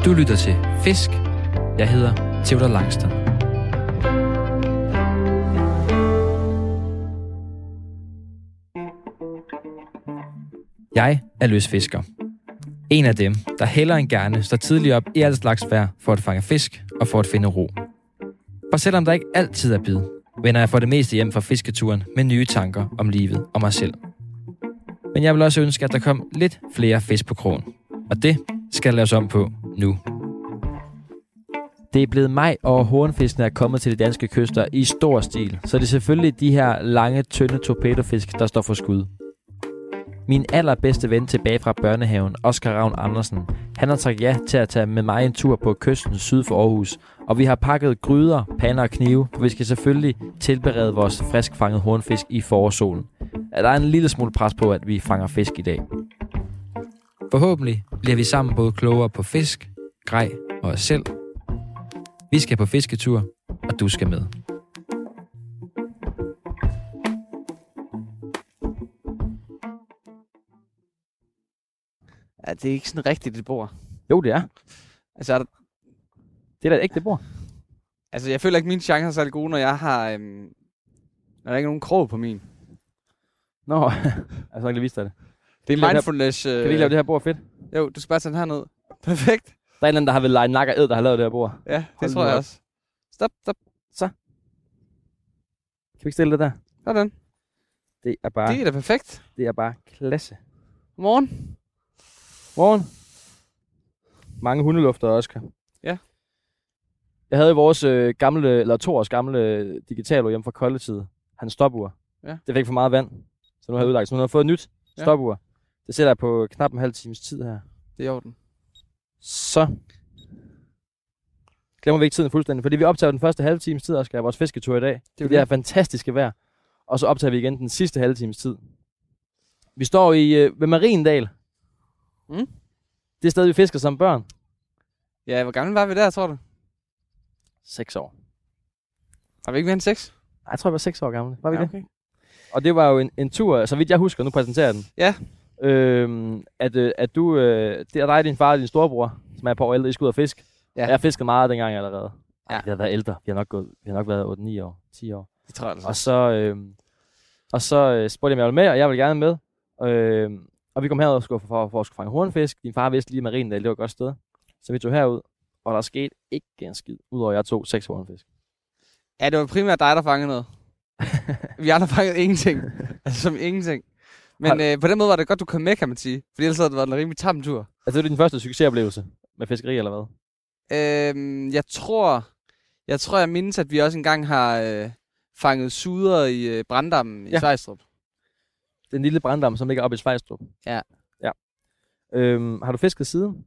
Du lytter til Fisk. Jeg hedder Theodor Langstad. Jeg er løsfisker. En af dem, der hellere end gerne står tidligt op i alt slags vejr for at fange fisk og for at finde ro. For selvom der ikke altid er bid, vender jeg for det meste hjem fra fisketuren med nye tanker om livet og mig selv. Men jeg vil også ønske, at der kom lidt flere fisk på krogen. Og det skal laves om på nu. Det er blevet maj, og hornfiskene er kommet til de danske kyster i stor stil, så det er selvfølgelig de her lange, tynde torpedofisk, der står for skud. Min allerbedste ven tilbage fra børnehaven, Oscar Ravn Andersen, han har sagt ja til at tage med mig en tur på kysten syd for Aarhus, og vi har pakket gryder, pander og knive, for vi skal selvfølgelig tilberede vores friskfanget hornfisk i forårssolen. Der er en lille smule pres på, at vi fanger fisk i dag. Forhåbentlig bliver vi sammen både klogere på fisk, grej og os selv. Vi skal på fisketur, og du skal med. Ja, det er ikke sådan rigtigt et bord. Jo, det er. Altså, Det er da et ægte bord. altså, jeg føler ikke, mine chancer er særlig gode, når jeg har... når der ikke er nogen krog på min. Nå, altså jeg lige vist dig det. Det er mindfulness... Kan vi ikke lave det her bord fedt? Jo, du skal bare tage den her ned. Perfekt. Der er en eller anden, der har vel leget nak og ed, der har lavet det her bord. Ja, det Hold tror nu jeg op. også. Stop. Kan vi ikke stille det der? Sådan. Det er bare, Det er da perfekt. det er bare klasse. Godmorgen. Morgen. Mange hundelufter, Oscar. Ja. Jeg havde vores eller 2 års gamle digital hjemme fra kollektivet. Hans stopur. Ja. Det fik for meget vand, så nu har jeg udlagt. Så nu har jeg fået et nyt stopur. Det sætter jeg på knap en halv times tid her. Det er i orden. Så glemmer vi ikke tiden fuldstændig, fordi vi optager den første halve times tid, Oscar, af vores fisketur i dag. Det her fantastiske vejr. Og så optager vi igen den sidste halve times tid. Vi står ved Mariendal. Mm. Det er stedet, vi fisker som børn. Ja, hvor gammel var vi der, tror du? 6 år. Har vi ikke mere end 6? Nej, jeg tror, jeg var 6 år gammel. Var vi det? Okay. Og det var jo en tur, så vidt jeg husker, nu præsenterer jeg den. Ja. At du, det er dig, din far og din storebror, som er på år ældre, I skal ud og fisk. Ja. Jeg har fisket meget dengang allerede. Ja. Vi har været ældre. Vi har nok været 8-9 år, 10 år. Det tror jeg altså. Og så spurgte jeg, om jeg ville med, og jeg ville gerne med. Og vi kom herud for at skulle fange hornfisk. Din far vidste lige Mariendal, det var et godt sted. Så vi tog herud, og der skete ikke en skid, udover at jeg tog 6 hornfisk. Ja, det var primært dig, der fangede noget. Vi andre fangede ingenting. Altså som ingenting. Men på den måde var det godt, du kom med, kan man sige. Fordi ellers havde det været en rimelig tam tur. Altså, det var din første succesoplevelse med fiskeri, eller hvad? Jeg mindes, at vi også engang har fanget suder i branddammen i Svejstrup. Den lille branddam, som ligger oppe i Svejstrup. Ja. Har du fisket siden?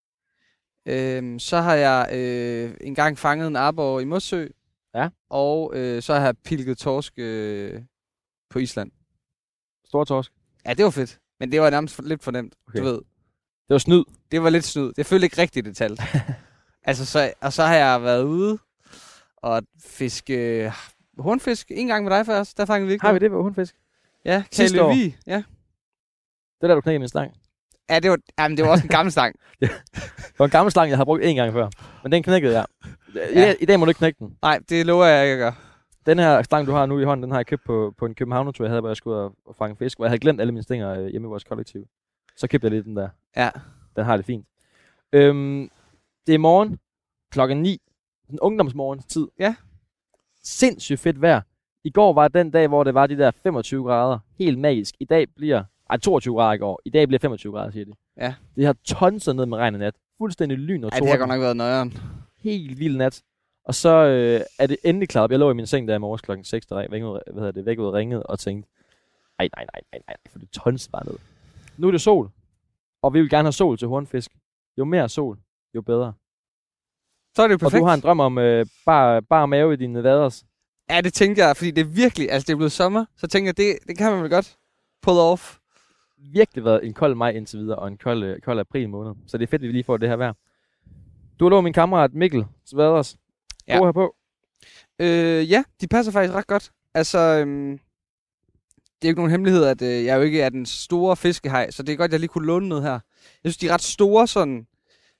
Så har jeg engang fanget en arbor i Mossø. Ja. Og så har jeg pilket torsk på Island. Stor torsk? Ja, det var fedt. Men det var nærmest lidt for nemt, du ved. Det var snyd? Det var lidt snyd. Det følte ikke rigtigt det tal. Altså, så har jeg været ude og fiske hornfisk en gang med dig først. Der fangede vi ikke. Har vi det på hornfisk? Ja, Sidste år? Ja. Det der, du knækkede min stang? Ja, det var også en gammel stang. Det var en gammel stang, jeg har brugt 1 gang før. Men den knækkede jeg. I dag må du ikke knække den. Nej, det lover jeg ikke at gøre. Den her stang, du har nu i hånden, den har jeg købt på en københavnertur, jeg havde, hvor jeg skulle og fange fisk. Hvor jeg havde glemt alle mine stænger hjemme i vores kollektiv. Så købte jeg lige den der. Ja. Den har det fint. Det er morgen klokken 9. Den ungdomsmorgens tid. Ja. Sindssygt fedt vejr. I går var den dag, hvor det var de der 25 grader. Helt magisk. I dag bliver... 22 grader i går. I dag bliver 25 grader, siger de. Ja. Det har tonset ned med regn og nat. Fuldstændig lyn og torden. Det har godt nok været nøjeren. Helt vild nat. Og så er det endelig klart. Jeg lå i min seng der i morges klokken 6, der væk ud og ringede og tænkte, nej, for det tonset bare ned. Nu er det sol. Og vi vil gerne have sol til hornfisk. Jo mere sol, jo bedre. Så er det jo perfekt. Og du har en drøm om bare mave i dine vaders. Ja, det tænkte jeg, fordi det er virkelig, altså det er blevet sommer, så tænkte jeg, det kan man vel godt pull off. Virkelig været en kold maj indtil videre, og en kold april måned. Så det er fedt, at vi lige får det her vejr. Du har lovet min kammerat Mikkel Svaders. Ja. Gå herpå. Ja, de passer faktisk ret godt. Altså, det er jo ikke nogen hemmelighed, at jeg jo ikke er den store fiskehaj, så det er godt, at jeg lige kunne låne noget her. Jeg synes, de er ret store sådan,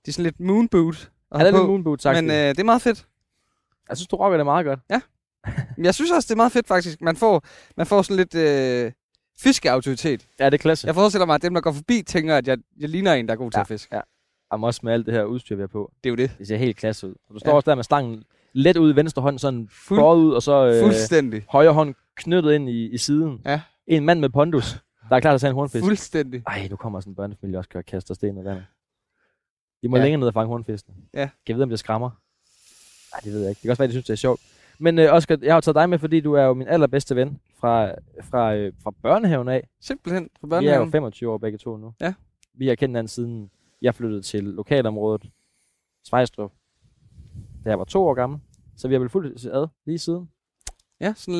De er sådan lidt moonboot. Ja, det er lidt moonboot, sagt. Men det er meget fedt. Jeg synes, du rocker det meget godt. Ja. Men jeg synes også, det er meget fedt faktisk. Man får sådan lidt fiskeautoritet. Ja, det er klasse. Jeg forestiller mig, at dem, der går forbi, tænker, at jeg ligner en, der er god til at fiske. Ja. Jamen også med alt det her udstyr, vi har på. Det er jo det. Det ser helt klasse ud. Og du står også der med stangen let ud i venstre hånd, sådan forud, og så fuldstændig. Højre hånd knyttet ind i siden. Ja. En mand med pondus, der er klar til at tage en hornfisk. Fuldstændig. Ej, nu kommer sådan en børnefamilie også og kaster sten i vandet. De må længere ned og fange hornfisken. Ja. Kan jeg vide, om det skræmmer? Nej, det ved jeg ikke. Det kan også være, de synes, det er sjovt. Men Oscar, jeg har taget dig med, fordi du er jo min allerbedste ven fra børnehaven af. Simpelthen fra børnehaven. Vi er jo 25 år begge to nu. Ja. Vi har kendt hinanden siden jeg flyttede til lokalområdet Svejstrup, da jeg var 2 år gammel. Så vi har vel fulgt ad lige siden. Ja, sådan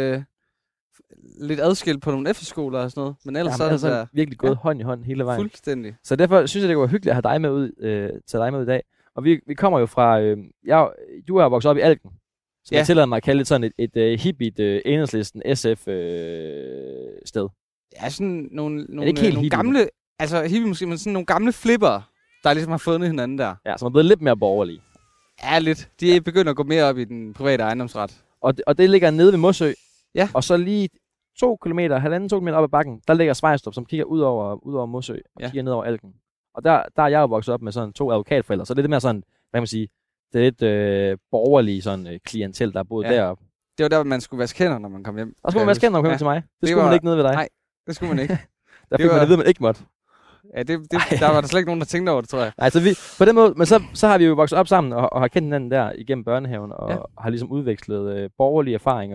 lidt adskilt på nogle efterskoler og sådan noget. Men ellers så er det der virkelig gået hånd i hånd hele vejen. Fuldstændig. Så derfor synes jeg, det var hyggeligt at have dig med ud, tage dig med ud i dag. Og vi kommer jo fra... du er vokset op i Alken. Så jeg tillader mig at kalde det sådan et hippie Enhedslisten SF-sted. Ja, sådan nogle gamle... Altså hippie måske, men sådan nogle gamle flipper, der ligesom har fundet hinanden der. Ja, som er blevet lidt mere borgerlige. Ja, lidt. De er begyndt at gå mere op i den private ejendomsret. Og det ligger nede ved Mossø. Ja. Og så lige 2 kilometer op ad bakken, der ligger Svejstrup, som kigger ud over Mossø og kigger ned over Alken. Og der er jeg jo vokset op med sådan 2 advokatforældre, så det er lidt mere sådan, hvad kan man sige, det er lidt borgerlige sådan klientel, der er boet deroppe. Det var der, man skulle vaske hænder, når man kom hjem. Og skulle man vaske hænder, når man kom hjem til mig. Det skulle man ikke nede ved dig. Nej, det skulle man ikke. Der fik man at vide, man ikke måtte. Ja, der var der slet ikke nogen, der tænkte over det, tror jeg. Nej, så på den måde, men så har vi jo vokset op sammen og har kendt hinanden der igennem børnehaven, og har ligesom udvekslet borgerlige erfaringer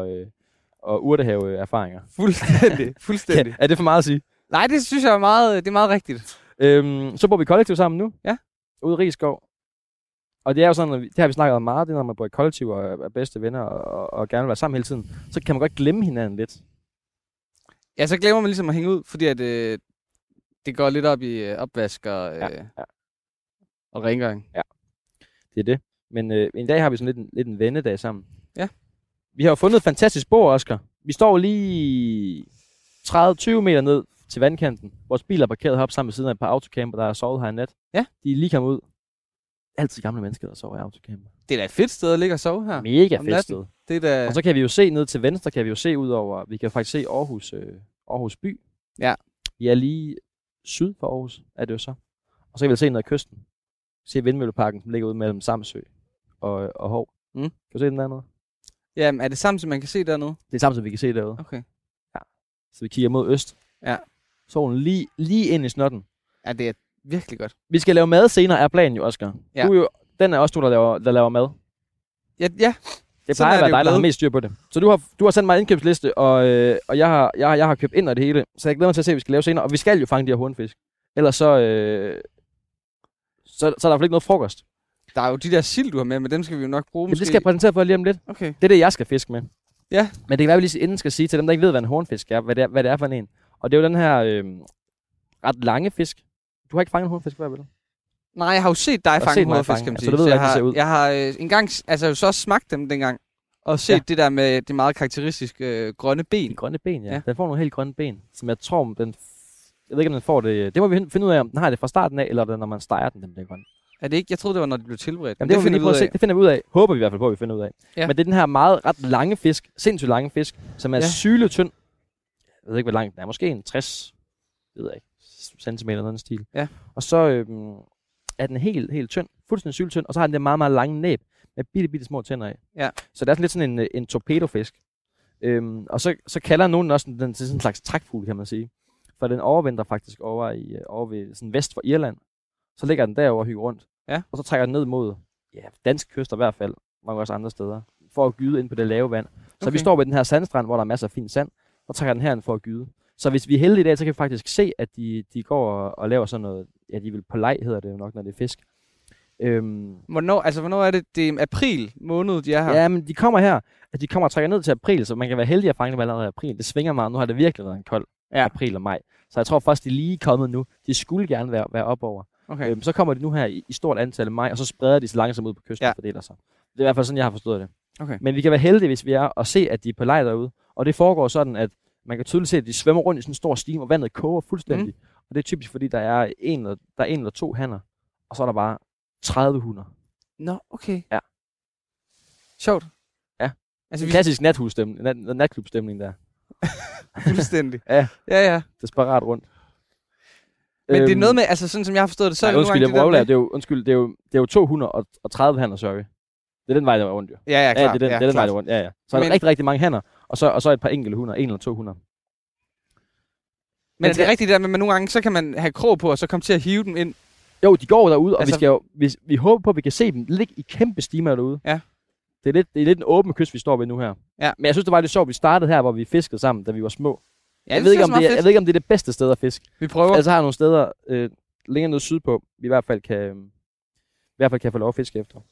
og urtehave-erfaringer. Fuldstændig. Er det for meget at sige? Nej, det synes jeg det er meget rigtigt. Så bor vi kollektiv sammen nu. Ja. Ude i Rigskov. Og det er jo sådan, det har vi snakket om meget, det når man bor i kollektiv og er bedste venner og gerne vil være sammen hele tiden, så kan man godt glemme hinanden lidt. Ja, så glemmer man ligesom at hænge ud, fordi at det går lidt op i opvask og rengøring. Ja, det er det. Men en dag har vi sådan lidt en vennedag sammen. Ja. Vi har jo fundet et fantastisk bord, Oscar. Vi står lige 30-20 meter ned til vandkanten. Vores bil er parkeret heroppe sammen ved siden af et par autocamper, der har sovet her i nat. Ja. De er lige kommet ud. Altid gamle mennesker, der sover i autocamper. Det er da et fedt sted at ligge og sove her. Mega fedt sted. Det er da... Og så kan vi jo se ned til venstre, kan vi jo se ud over, vi kan faktisk se Aarhus by. Ja. Vi er lige syd for Aarhus, er det jo så. Og så kan vi se ned ad kysten. Se Vindmølleparken, som ligger ude mellem Samsø og Hov. Kan du se den dernede? Jamen, er det Samsø, man kan se dernede? Det er Samsø, vi kan se derude. Okay. Ja. Så vi kigger mod øst. Ja. Solen lige ind i snotten. Ja, det er virkelig godt. Vi skal lave mad senere, er planen jo, Oscar. Ja. Den er også du, der laver mad. Ja. Det plejer at være dig, der har mest styr på det. Så du har sendt mig en indkøbsliste, og jeg har købt ind af det hele. Så jeg glæder mig til at se, hvad vi skal lave senere. Og vi skal jo fange de her hornfisk. Ellers så er der i hvert fald ikke noget frokost. Der er jo de der sild, du har med, men dem skal vi jo nok bruge. Jamen, det skal jeg præsentere for lige om lidt. Okay. Det er det, jeg skal fiske med. Ja. Men det kan være, vi lige inden skal sige til dem, der ikke ved, hvad en hornfisk er, hvad det er for en. Og det er jo den her ret lange fisk. Du har ikke fanget en hornfisk før, vel? Nej, jeg har jo set dig fange hornfisk, kan man sige. Så du ved, hvordan det ser ud. Jeg har engang, altså jo så også smagt dem dengang. Og set det der med det meget karakteristiske grønne ben. De grønne ben, ja. Den får nogle helt grønne ben, som jeg tror, jeg ved ikke, om den får det. Det må vi finde ud af, om den har det fra starten af, eller når man steger den bliver grøn. Er det ikke? Jeg troede, det var, når de blev tilberedt. Jamen, det finder vi ud af. Håber vi i hvert fald på, at vi finder ud af. Ja. Men det er den her ret lange fisk, sindssygt lange fisk, som er syletynd. Jeg ved ikke, hvor lang den er. Måske en 60, ved jeg ikke, centimeter eller noget stil. Ja. Og så er den helt tynd, fuldstændig syletynd, og så har den det meget, meget lange næb med bitte små tænder af. Ja. Så det er sådan lidt sådan en torpedofisk. Og så kalder nogen også den til sådan en slags trækfugl, kan man sige. For den overvintrer faktisk over ved sådan vest for Irland. Så ligger den derovre og hygger rundt. Ja. Og så trækker den ned mod danske kyster i hvert fald, mange også andre steder, for at gyde ind på det lave vand. Så vi står ved den her sandstrand, hvor der er masser af fin sand, og trækker den herind for at gyde. Så hvis vi er heldige i dag, så kan vi faktisk se, at de går og laver sådan noget, ja, de vil på leg, hedder det jo nok, når det er fisk. Hvornår er det? Det er april måned, de er her? Ja, men de kommer her. De kommer og trækker ned til april, så man kan være heldig at fange dem allerede i april. Det svinger meget. Nu har det virkelig været en kold april og maj. Så jeg tror først, de er lige kommet nu. De skulle gerne være op over. Okay. Så kommer de nu her i stort antal i maj, og så spreder de sig langsomt ud på kysten og fordeler sig. Det er i hvert fald sådan, jeg har forstået det. Okay. Men vi kan være heldige, hvis vi er og se, at de er på leg derude. Og det foregår sådan, at man kan tydeligt se, at de svømmer rundt i sådan en stor stime, og vandet koger fuldstændig. Og det er typisk, fordi der er en eller to hanner. og så er der bare 30 hunder. Nå, okay. Ja. Sjovt. Ja. Altså, Klassisk natklubstemning der. Fuldstændig. Ja. Ja. Desperat rundt. Men det er noget med, altså sådan som jeg har forstået det, så er det undskyld, nogle gange det er jo 2 hunder og 30 hanner, sorry. Det er den vej, der var rundt, jo. Ja, klar. Det er den vej, der var rundt. Ja. Så er der rigtig, rigtig mange hanner, og så et par enkelte hunder, 1 eller 2 hunder. Men er det rigtigt der med, at nogle gange, så kan man have krog på, og så komme til at hive dem ind? Jo, de går derude, og altså, vi håber på, at vi kan se dem ligge i kæmpe stimer derude. Ja. Det er lidt en åben kyst, vi står ved nu her. Ja. Men jeg synes, det var lidt sjovt, vi startede her, hvor vi fiskede sammen, da vi var små. Ja, jeg ved ikke, om det er det bedste sted at fiske. Vi prøver. Altså har nogle steder længere nede sydpå, vi i hvert fald kan få lov at fiske efter.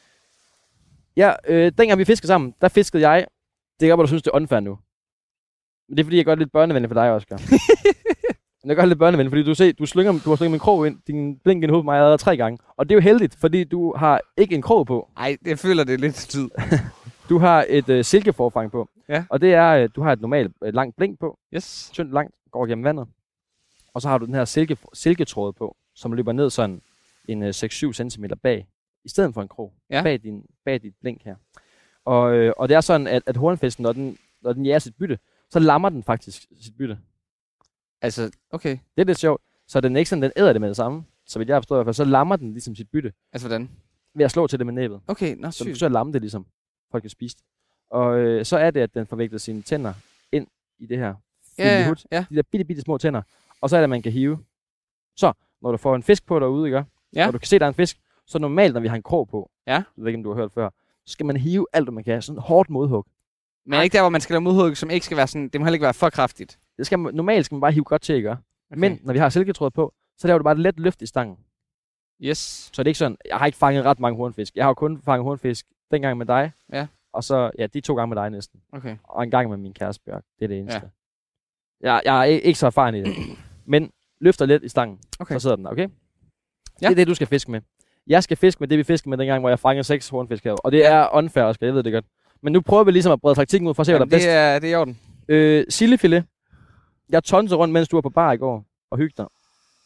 Ja, dengang vi fiskede sammen, der fiskede jeg. Det er godt, at du synes, det er unfair nu. Men det er fordi, jeg gør det lidt børnevenligt for dig, Oscar. Jeg gør det lidt børnevenligt, fordi du har slynget min krog ind, din blink ind i hovedet mig allerede 3 gange. Og det er jo heldigt, fordi du har ikke en krog på. Nej, jeg føler, det er lidt tid. Du har et silkeforfang på. Ja. Og det er, du har et normalt langt blink på. Yes. Tyndt langt, går gennem vandet. Og så har du den her silketråd på, som løber ned sådan en 6-7 cm bag, i stedet for en krog. Ja. Bag dit blink her. Og det er sådan, at hornfisken, når den jager sit bytte, så lammer den faktisk sit bytte. Altså, okay. Det er lidt sjovt. Så den er ikke sådan, den æder det med det samme. Så vidt jeg forstår i hvert fald, så lammer den ligesom sit bytte. Altså hvordan? Ved at slå til det med næbet. Okay, nå, så sygt. den forsøger at lamme det ligesom, folk kan spise det. Og så er det, at den forvikler sine tænder ind i det her filihut. Ja. De der bitte små tænder. Og så er det, at man kan hive. Så, når du får en fisk på derude, ikke? Ja. Og du kan se, der er en fisk, så normalt, når vi har en krog på, ja. Jeg ved ikke, om du har hørt før, så skal man hive alt, hvad man kan. Sådan hårdt modhug. Men ikke der, hvor man skal lave modhug, som ikke skal være sådan, det må heller ikke være for kraftigt. Normalt skal man bare hive godt til, ikke? Okay. Men når vi har silketråd på, så laver du bare et let løft i stangen. Yes. Så det er ikke sådan, jeg har ikke fanget ret mange hornfisk. Jeg har jo kun fanget hornfisk dengang med dig. Ja. Og så, de 2 gange med dig næsten. Okay. Og en gang med min kæreste Bjørk. Det er det eneste. Ja. Jeg er ikke så erfaren i det. Men løfter lidt i stangen, så sidder den, okay? Ja. Det er det, du skal fiske med. Jeg skal fiske med det, vi fiskede med dengang, hvor jeg fangede 6 hornfisk her. Og det er unfair, Oscar, jeg ved det godt. Men nu prøver vi ligesom at brede taktikken ud for at se, hvad der er bedst. Det er i orden. Sildefilet. Jeg tonsede rundt, mens du var på bar i går og hyggede dig.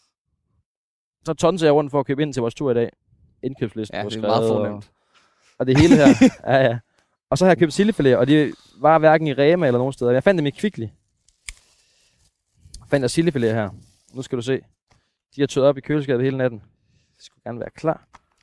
Så tonsede jeg rundt for at købe ind til vores tur i dag. Indkøbslisten. Ja, det er meget fornemt. Og det hele her. ja. Og så har jeg købt sildefilet, og det var hverken i Rema eller nogen steder. Jeg fandt dem i Kvickly. Fandt jeg sildefilet her. Nu skal du se. De har tøet op i køleskabet hele natten. Det skulle gerne være klar.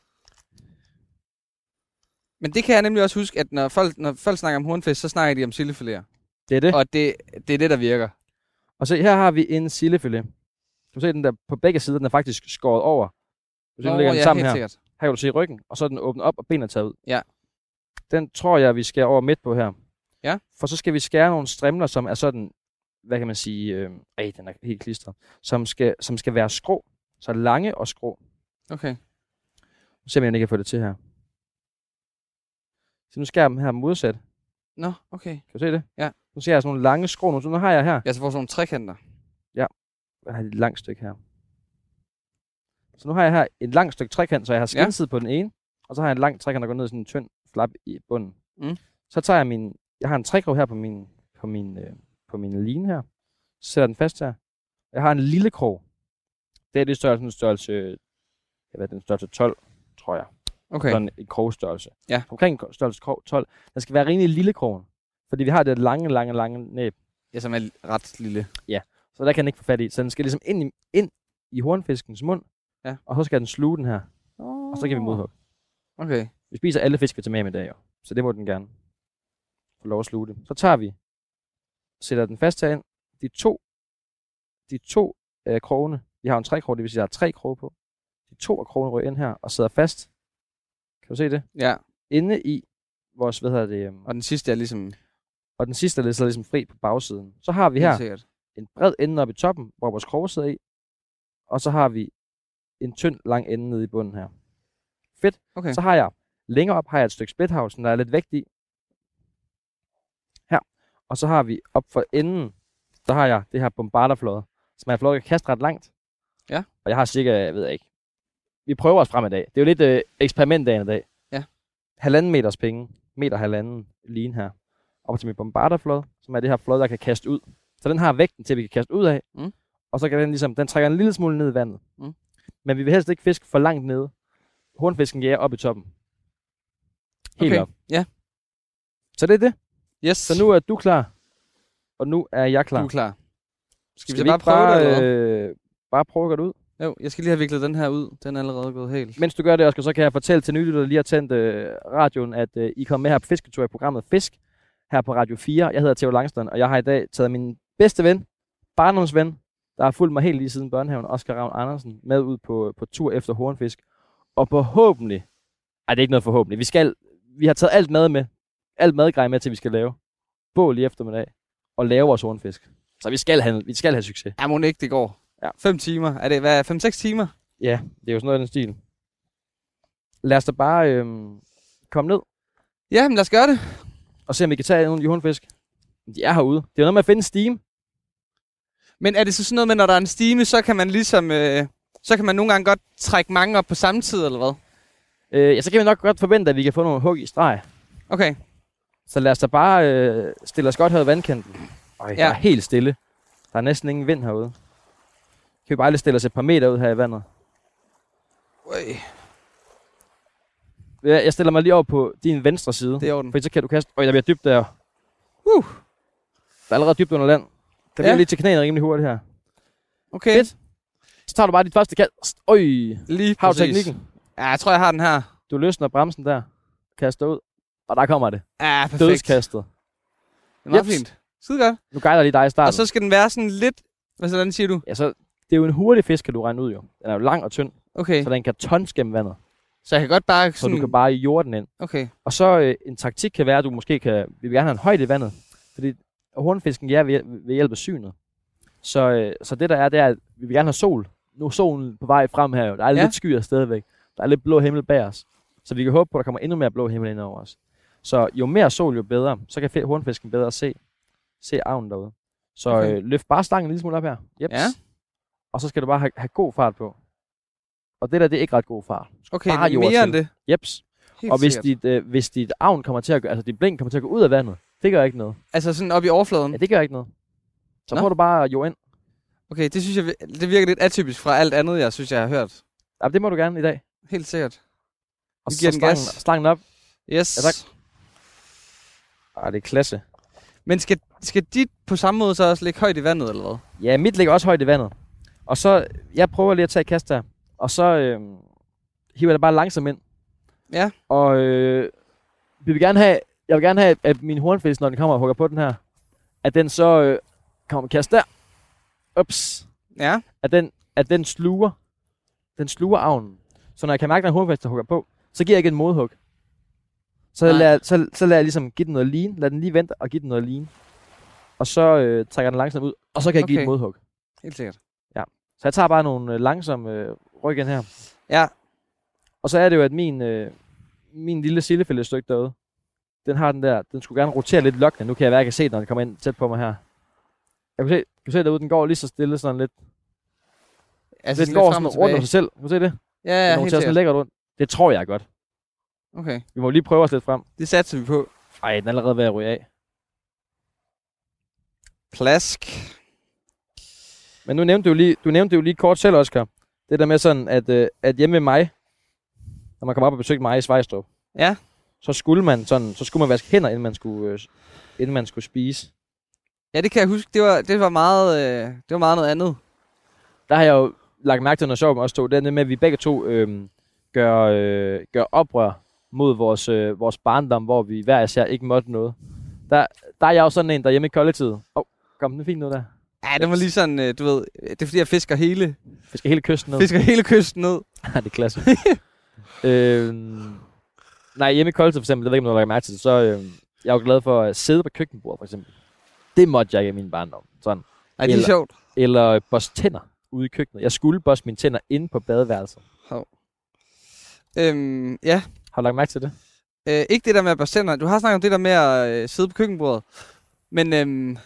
Men det kan jeg nemlig også huske, at når folk snakker om hornfisk, så snakker de om sildefileter. Det er det. Og det er det, der virker. Og så her har vi en sildefilet. Du kan se den der på begge sider, den er faktisk skåret over. Du ser, den ligger den sammen her. Sikkert. Her kan du se ryggen, og så er den åbnet op, og benene er taget ud. Ja. Den tror jeg, vi skærer over midt på her. Ja. For så skal vi skære nogle strimler, som er sådan, hvad kan man sige, den er helt klistret, som skal være skrå. Så lange og skrå. Okay. Nu ser vi, om jeg kan få det til her. Så nu skærer jeg dem her modsat. Nå, okay. Kan du se det? Ja. Nu ser jeg sådan nogle lange skrå. Nu har jeg her. Jeg så får sådan nogle trekanter. Ja. Jeg har et langt stykke her. Så nu har jeg her et langt stykke trekant, så jeg har skinside på den ene. Og så har jeg en lang trekant, der går ned i sådan en tynd flap i bunden. Mm. Så tager jeg jeg har en trækrog her på min line her. Så sætter den fast her. Jeg har en lille krog. Det er størrelse 12, tror jeg. Okay. Sådan en krogstørrelse. Ja. Omkring størrelse 12. Den skal være rimelig lille krogen. Fordi vi har det lange næb. Ja, som er ret lille. Ja. Så der kan den ikke få fat i. Så den skal ligesom ind i hornfiskens mund. Ja. Og så skal den sluge den her. Og så kan vi modhugge. Okay. Vi spiser alle fisk, vi tager med i dag, jo. Så det må den gerne få lov at sluge det. Så tager vi, sætter den fast herind. De to krogene, vi har en trækrog, det vil sige, der er 3 kroge på. De 2 af krogene ryger ind her og sidder fast. Kan du se det? Ja. Inde i vores, og den sidste er ligesom... Og den sidste er ligesom fri på bagsiden. Så har vi her en bred ende oppe i toppen, hvor vores krog sidder i. Og så har vi en tynd, lang ende nede i bunden her. Fedt. Okay. Så har jeg længere op et stykke splithouse, der er lidt vægt i. Her. Og så har vi op for enden, der har jeg det her bombarderflåde, som er flået kaste ret langt. Ja. Og jeg har cirka, jeg ved ikke, vi prøver os frem i dag. Det er jo lidt eksperimentdagen i dag. Ja. 1,5 meters penge, 1,5 line her. Op til min bombarderflåde, som er det her flåde, der kan kaste ud. Så den har vægten til, at vi kan kaste ud af. Mm. Og så kan den ligesom, den trækker en lille smule ned i vandet. Mm. Men vi vil helst ikke fiske for langt nede. Hornfisken jager op i toppen. Helt Okay, op. ja. Så det er det. Yes. Så nu er du klar. Og nu er jeg klar. Du er klar. Skal vi så vi bare ikke prøve det, eller hvad? bare prøve at gøre det ud? Jo, jeg skal lige have viklet den her ud. Den er allerede gået helt. Mens du gør det, Oscar, så kan jeg fortælle til nylig, der lige har tændt radioen, at I kom med her på fisketur i programmet Fisk, her på Radio 4. Jeg hedder Theo Langstrand, og jeg har i dag taget min bedste ven, barndomsven, der har fulgt mig helt lige siden børnehaven, Oscar Ravn Andersen, med ud på tur efter hornfisk. Og forhåbentlig, det er ikke noget forhåbentlig, vi har taget alt mad med, alt madgrej med til, vi skal lave bål i eftermiddag, og lave vores hornfisk. Så vi skal have succes. Ja, må ikke det går. Ja. 5 timer. Er det, hvad, 5-6 timer? Ja, det er jo sådan noget af den stil. Lad os da bare komme ned. Ja, men lad os gøre det. Og se, om vi kan tage nogle af de hornfisk. De er herude. Det er jo noget med at finde en stime. Men er det så sådan noget med, når der er en stime, så kan man ligesom... så kan man nogle gange godt trække mange op på samme tid, eller hvad? Ja, så kan vi nok godt forvente, at vi kan få nogle hug i streg. Okay. Så lad os da bare stille os godt her i vandkanten. Der er helt stille. Der er næsten ingen vind herude. Kan vi bare lige stille os et par meter ud her i vandet. Jeg stiller mig lige over på din venstre side. Det er i orden. For så kan du kaste... der bliver dybt der. Der er allerede dybt under land. Der bliver lige til knæene rimelig hurtigt her. Okay. Fedt. Så tager du bare dit første kast. Lige har du præcis. teknikken? Ja, jeg tror, jeg har den her. Du løsner bremsen der. Kaster ud. Og der kommer det. Ja, perfekt. Dødskastet. Det er meget fint. Skide godt. Nu guider lige dig i starten. Og så skal den være sådan lidt... Hvordan siger du? Ja, så det er jo en hurtig fisk, kan du regne ud jo. Den er jo lang og tynd. Okay. Så den kan tons gennem vandet. Så jeg kan godt bare Så sådan... du kan bare jorde den ind. Okay. Og så en taktik kan være, at du måske kan... Vi vil gerne have en højde i vandet. Fordi hornfisken ved hjælp af synet. Så det der er, det er, at vi vil gerne have sol. Nu er solen på vej frem her jo. Der er lidt skyer stadigvæk. Der er lidt blå himmel bag os. Så vi kan håbe på, at der kommer endnu mere blå himmel ind over os. Så jo mere sol, jo bedre. Så kan hornfisken bedre se arven derude. Så løft bare stangen en lille smule op her. Jeps. Ja. Og så skal du bare have god fart på. Og det der, det er ikke ret god fart. Okay, bare mere end det. Jeps. Helt og hvis dit avn kommer til at gå, altså dit blink kommer til at gå ud af vandet, det gør ikke noget. Altså sådan op i overfladen? Ja, det gør ikke noget. Så får du bare jo ind. Okay, det synes jeg, det virker lidt atypisk fra alt andet, jeg synes, jeg har hørt. Ja, det må du gerne i dag. Helt sikkert. Og så giver den gas. Stangen op. Yes. Ja, tak. Det er klasse. Men skal dit på samme måde så også ligge højt i vandet, eller hvad? Ja, mit ligger også højt i vandet. Og så, jeg prøver lige at tage et kast der. Og så hiver jeg det bare langsomt ind. Ja. Og jeg vil gerne have, at min hornfisk, når den kommer og hugger på den her, at den så kommer kast der. Ups. Ja. At den sluger avnen. Så når jeg kan mærke, at den hornfisk, der hugger på, så giver jeg ikke en modhug. Så lader jeg ligesom give den noget lean. Lad den lige vente og give den noget lean. Og så trækker den langsomt ud. Og så kan jeg give et modhug. Helt sikkert. Ja. Så jeg tager bare nogle langsomme ryg ind her. Ja. Og så er det jo, at min lille sildefiletstykke derude, den har den der, den skulle gerne rotere lidt lokkende. Nu kan jeg hverken se, når den kommer ind tæt på mig her. Jeg kan se derude, den går lige så stille sådan lidt. Altså den går sådan rundt om sig selv. Kan du se det? Ja, den helt sikkert. Lækkert rundt. Det tror jeg godt. Okay. Vi må lige prøve os lidt frem. Det satser vi på. Ej, den er allerede ved at ryge af. Plask. Men du nævnte jo lige kort selv, Oscar. Det der med sådan, at hjemme med mig, når man kommer op og besøgte mig i Svejstrup, ja, så skulle man vaske hænder, inden man skulle spise. Ja, det kan jeg huske. Det var meget noget andet. Der har jeg jo lagt mærke til noget sjovt med os to. Det er med, at vi begge to gør oprør mod vores barndom, hvor vi hver især ikke måtte noget. Der er jeg jo sådan en, der hjemme i kollektivet. Kom den fint ud der? Ja, det var lige sådan, du ved, det er fordi, jeg fisker hele kysten ned. Det er klasse. Nej, hjemme i kollektivet for eksempel, det ved ikke, om du har lagt mærke til det, så jeg er jo glad for at sidde på køkkenbordet for eksempel. Det måtte jeg ikke i min barndom. Sådan. Ej, det er sjovt. Eller børste tænder ude i køkkenet. Jeg skulle børste mine tænder inde på badeværelset. Ja. Har du lagt mærke til det? Ikke det der med at børste tænder. Du har snakket om det der med at sidde på køkkenbordet. Men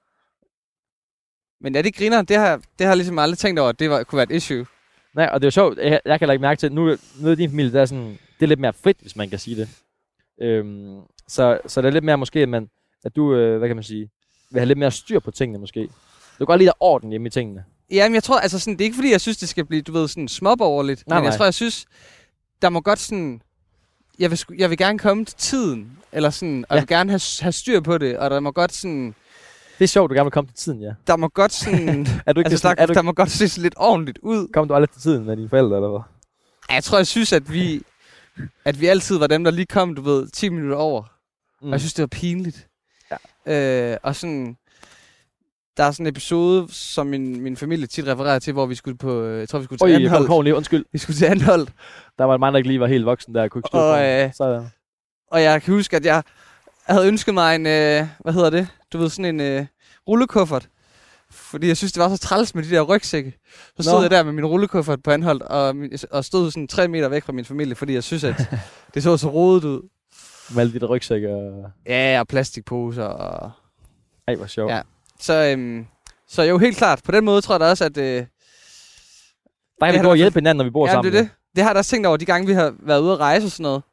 ja, det griner. Det har jeg ligesom aldrig tænkt over, at det kunne være et issue. Nej, og det er jo sjovt. Jeg kan lægge mærke til, nu i din familie, der er sådan, det er lidt mere frit, hvis man kan sige det. Så det er lidt mere måske, at du, hvad kan man sige, vil have lidt mere styr på tingene måske. Du kan godt lide at orden hjemme i tingene. Jamen, jeg tror, altså sådan, det er ikke fordi, jeg synes, det skal blive, du ved, sådan småborgerligt. Men jeg tror, jeg synes, der må godt sådan... Jeg vil gerne komme til tiden, eller sådan, og jeg vil gerne have styr på det, og der må godt sådan... Det er sjovt, du gerne vil komme til tiden, ja. Der må godt sådan... er du ikke altså, der må godt se lidt ordentligt ud. Kom du aldrig til tiden med dine forældre, eller hvad? Jeg tror, jeg synes, at vi altid var dem, der lige kom, du ved, 10 minutter over. Og jeg synes, det var pinligt. Ja. Og sådan... Der er sådan en episode, som min familie tit refererer til, hvor vi skulle på... Jeg tror, vi skulle til Anholt. Undskyld. Vi skulle til Anholt. Der var en mand, der ikke lige var helt voksen, der kunne ikke styre på. Og jeg kan huske, at jeg havde ønsket mig en... hvad hedder det? Du ved, sådan en rullekuffert. Fordi jeg synes, det var så træls med de der rygsække. Så stod jeg der med min rullekuffert på Anholt, og stod sådan 3 meter væk fra min familie, fordi jeg synes, at det så rodet ud. Med alle de der rygsække og... Ja, og plastikposer og... Ej, hvor sjovt. Ja. Så jo, helt klart. På den måde tror jeg da også, at... der kan vi gå og hjælpe hinanden, når vi bor sammen. Det har jeg da også tænkt over, de gange, vi har været ude at rejse og sådan noget.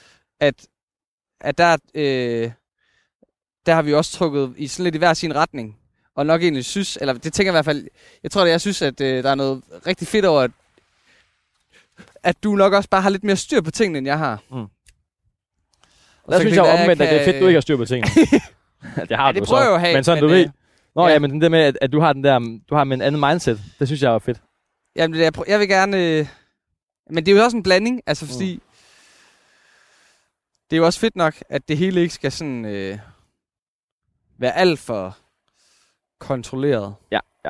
At der har vi også trukket i sådan lidt i hver sin retning. Og nok egentlig synes, eller det tænker jeg i hvert fald... Jeg tror, jeg synes, at der er noget rigtig fedt over, at du nok også bare har lidt mere styr på tingene, end jeg har. Der synes jeg omvendt, at det er fedt, du ikke har styr på tingene. Det har det prøver jeg jo at have. Men sådan, du ved... men den der med, at du har den der... Du har med en anden mindset, det synes jeg er fedt. Jamen, jeg vil gerne... Men det er jo også en blanding, altså fordi... Det er jo også fedt nok, at det hele ikke skal sådan... være alt for kontrolleret. Ja. Prøv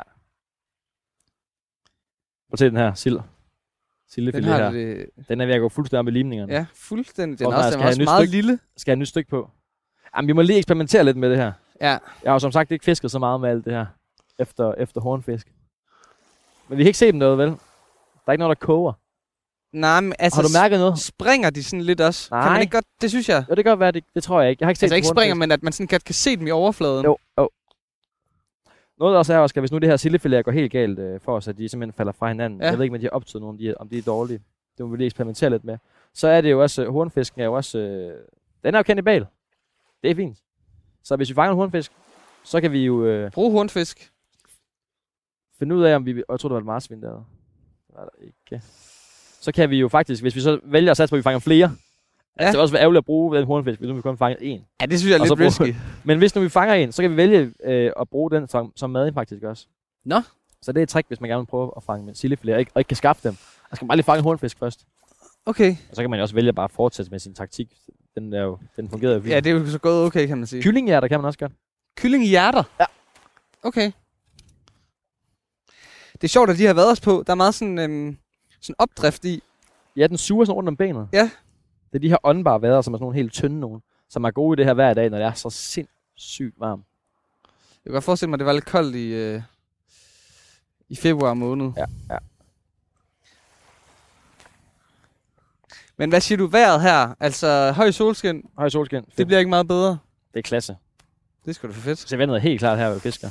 at se den her sildefilet her. Den er ved at gå fuldstændig med limningerne. Ja, fuldstændig. Den er også meget lille. Skal jeg have et nyt stykke på? Jamen, vi må lige eksperimentere lidt med det her. Ja. Jeg har jo som sagt ikke fisket så meget med alt det her. Efter hornfisk. Men vi kan ikke se dem noget, vel? Der er ikke noget, der koger. Nej, men altså... Har du mærket noget? Springer de sådan lidt også? Nej. Kan man ikke godt... Det synes jeg. Jo, det kan godt være, det tror jeg ikke. Jeg har ikke set altså ikke springer, men at man sådan kan se dem i overfladen. Jo. Noget der også er, Oscar, hvis nu det her sildefilet går helt galt for os, at de simpelthen falder fra hinanden. Ja. Jeg ved ikke, om de har optaget nogen, om de er dårlige. Det må vi lige eksperimentere lidt med. Så er det jo også... hornfisken er jo også... den er jo kannibal. Det er fint. Så hvis vi fanger en hornfisk, så kan vi jo... bruge hornfisk. Finde ud af, om vi... Jeg tror, det var et marsvin der. Det var der ikke. Så kan vi jo faktisk, hvis vi så vælger at satse på, at vi fanger flere. Ja. Altså, det vil også være ærgerligt at bruge den hornfisk, hvis nu vi kun fanger en. Ja, det synes jeg er lidt risky. Men hvis nu vi fanger en, så kan vi vælge at bruge den som mad faktisk også. Nå. Så det er et trick, hvis man gerne vil prøve at fange med sildefilet og ikke kan skaffe dem. Man skal bare lige fange en hornfisk først. Okay. Og så kan man jo også vælge at bare fortsætte med sin taktik. Den fungerede jo fint. Ja, det er jo så gået okay, kan man sige. Kyllinghjerter kan man også godt. Kyllinghjerter? Ja. Okay. Det er sjovt, at de har været os på. Der er meget sådan opdrift i. Ja, den suger sådan rundt om benet. Ja. Det er de her åndbare vader, som er sådan nogle helt tynde nogen, som er gode i det her hver dag, når det er så sindssygt varmt. Jeg kan godt forestille mig, at det var lidt koldt i februar måned. Ja. Men hvad siger du, vejret her? Altså høj solskin. Fedt. Det bliver ikke meget bedre. Det er klasse. Det skal du få fedt. Så vandet er helt klart her, hvor vi fisker.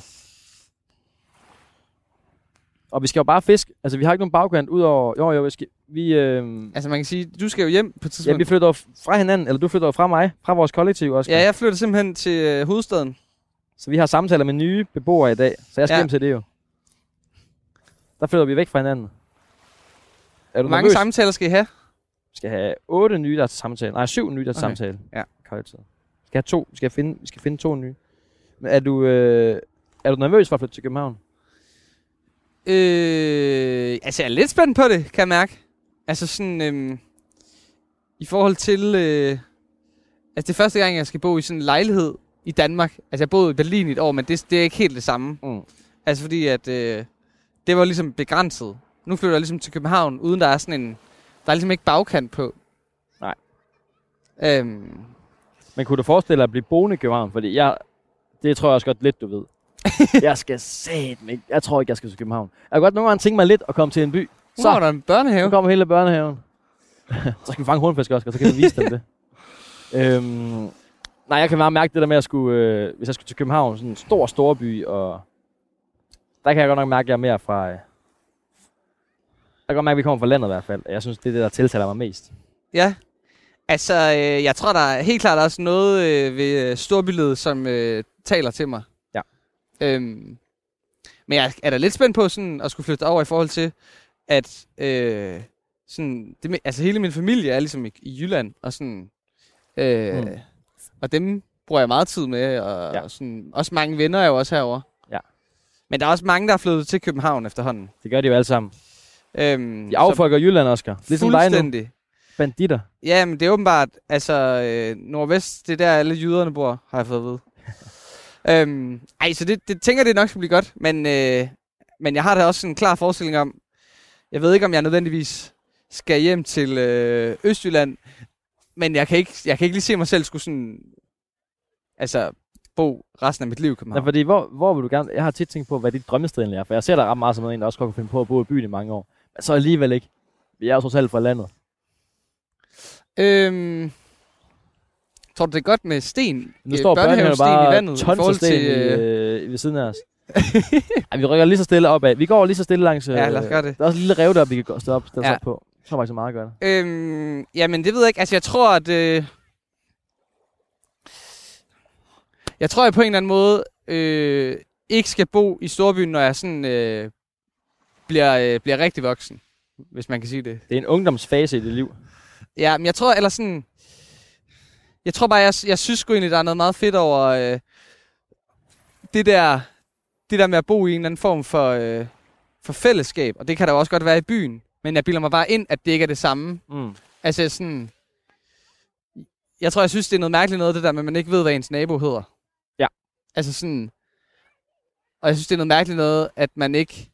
Og vi skal jo bare fiske. Altså, vi har ikke nogen bagkant udover... Jo, altså, man kan sige, du skal jo hjem på tidspunkt. Ja, vi flytter fra hinanden, eller du flytter fra mig, fra vores kollektiv også. Ja, jeg flytter simpelthen til hovedstaden. Så vi har samtaler med nye beboere i dag, så jeg skal hjem til det jo. Der flytter vi væk fra hinanden. Er du mange samtaler skal I have? Vi skal have 8 nye, der er til samtale. Nej, 7 nye, der er til samtale. Ja. Kollektiv. Vi skal have 2. Vi skal finde 2 nye. Men er du nervøs for at flytte til København? Altså, jeg er lidt spændt på det, kan jeg mærke. Altså sådan, i forhold til... altså, det er første gang, jeg skal bo i sådan en lejlighed i Danmark. Altså, jeg boede i Berlin i et år, men det er ikke helt det samme. Altså, fordi at det var ligesom begrænset. Nu flytter jeg ligesom til København, uden der er sådan en... Der er ligesom ikke bagkant på. Nej. Men kunne du forestille dig at blive boende i København? Fordi det tror jeg også godt lidt, du ved. Jeg tror ikke, jeg skal til København. Jeg kan godt nogle gange tænke mig lidt at komme til en by. Så er der en børnehave. Nu kommer hele børnehaven. Så skal vi fange hornfisk også, og så kan vi vise dem det. Nej, jeg kan bare mærke det der med at skulle, hvis jeg skulle til København, sådan en stor by, og der kan jeg godt nok mærke, at jeg er mere fra... Jeg kan godt mærke, at vi kommer fra landet i hvert fald. Jeg synes, det er det, der tiltaler mig mest. Ja. Altså, jeg tror, der er helt klart også noget ved storbylivet, som taler til mig. Ja. Men jeg er da lidt spændt på sådan at skulle flytte over i forhold til, at sådan, altså hele min familie er ligesom i Jylland, og sådan, og dem bruger jeg meget tid med, og sådan, også mange venner er jo også herovre. Ja. Men der er også mange, der er flyttet til København efterhånden. Det gør de jo alle sammen. De affolker Jylland, Oscar. Ligesom dig nu. Banditter. Ja, men det er åbenbart, altså nordvest, det er der alle jyderne bor, har jeg fået at vide. Så det tænker det nok skal blive godt, men jeg har da også en klar forestilling om, jeg ved ikke, om jeg nødvendigvis skal hjem til Østjylland, men jeg kan ikke lige se mig selv skulle sådan, altså bo resten af mit liv i København. Ja, fordi hvor vil du gerne, jeg har tit tænkt på, hvad dit drømmested er, for jeg ser dig ret meget som en, der også godt kan finde på at bo i byen i mange år, men så alligevel ikke. Vi er jo trods alt fra landet. Tror du, det er godt med sten? Nu står børnehaven bare i vandet, tons af sten ved siden af os. Ej, vi rykker lige så stille opad. Vi går lige så stille langs. Ja, lad os gøre det. Der er også en lille rev der, vi kan stå op på. Jeg tror faktisk, meget godt. Jamen, det ved jeg ikke. Altså, jeg tror, at jeg tror, at jeg på en eller anden måde ikke skal bo i storbyen, når jeg sådan bliver rigtig voksen, hvis man kan sige det. Det er en ungdomsfase i dit liv. Ja, men jeg tror, eller sådan, jeg tror bare, jeg synes sgu egentlig, der er noget meget fedt over det der med at bo i en eller anden form for fællesskab. Og det kan der jo også godt være i byen. Men jeg bilder mig bare ind, at det ikke er det samme. Altså sådan, jeg tror, jeg synes, det er noget mærkeligt noget, det der med, at man ikke ved, hvad ens nabo hedder. Ja. Altså sådan, og jeg synes, det er noget mærkeligt noget, at man ikke,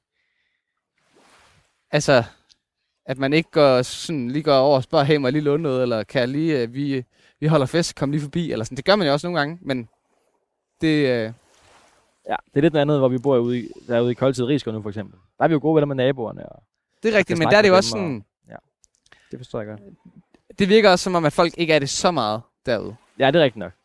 altså, at man ikke lige går over og spørger, hey, må jeg lige låne noget, eller kan jeg lige, vi holder fest, kom lige forbi, eller sådan. Det gør man jo også nogle gange, men det... Ja, det er lidt noget andet, hvor vi bor derude i Koldtid Risgaard nu, for eksempel. Der er vi jo gode venner med naboerne. Og det er rigtigt, men der er det jo også sådan... Ja, det forstår jeg godt. Det virker også som om, at folk ikke er det så meget derude. Ja, det er rigtigt nok.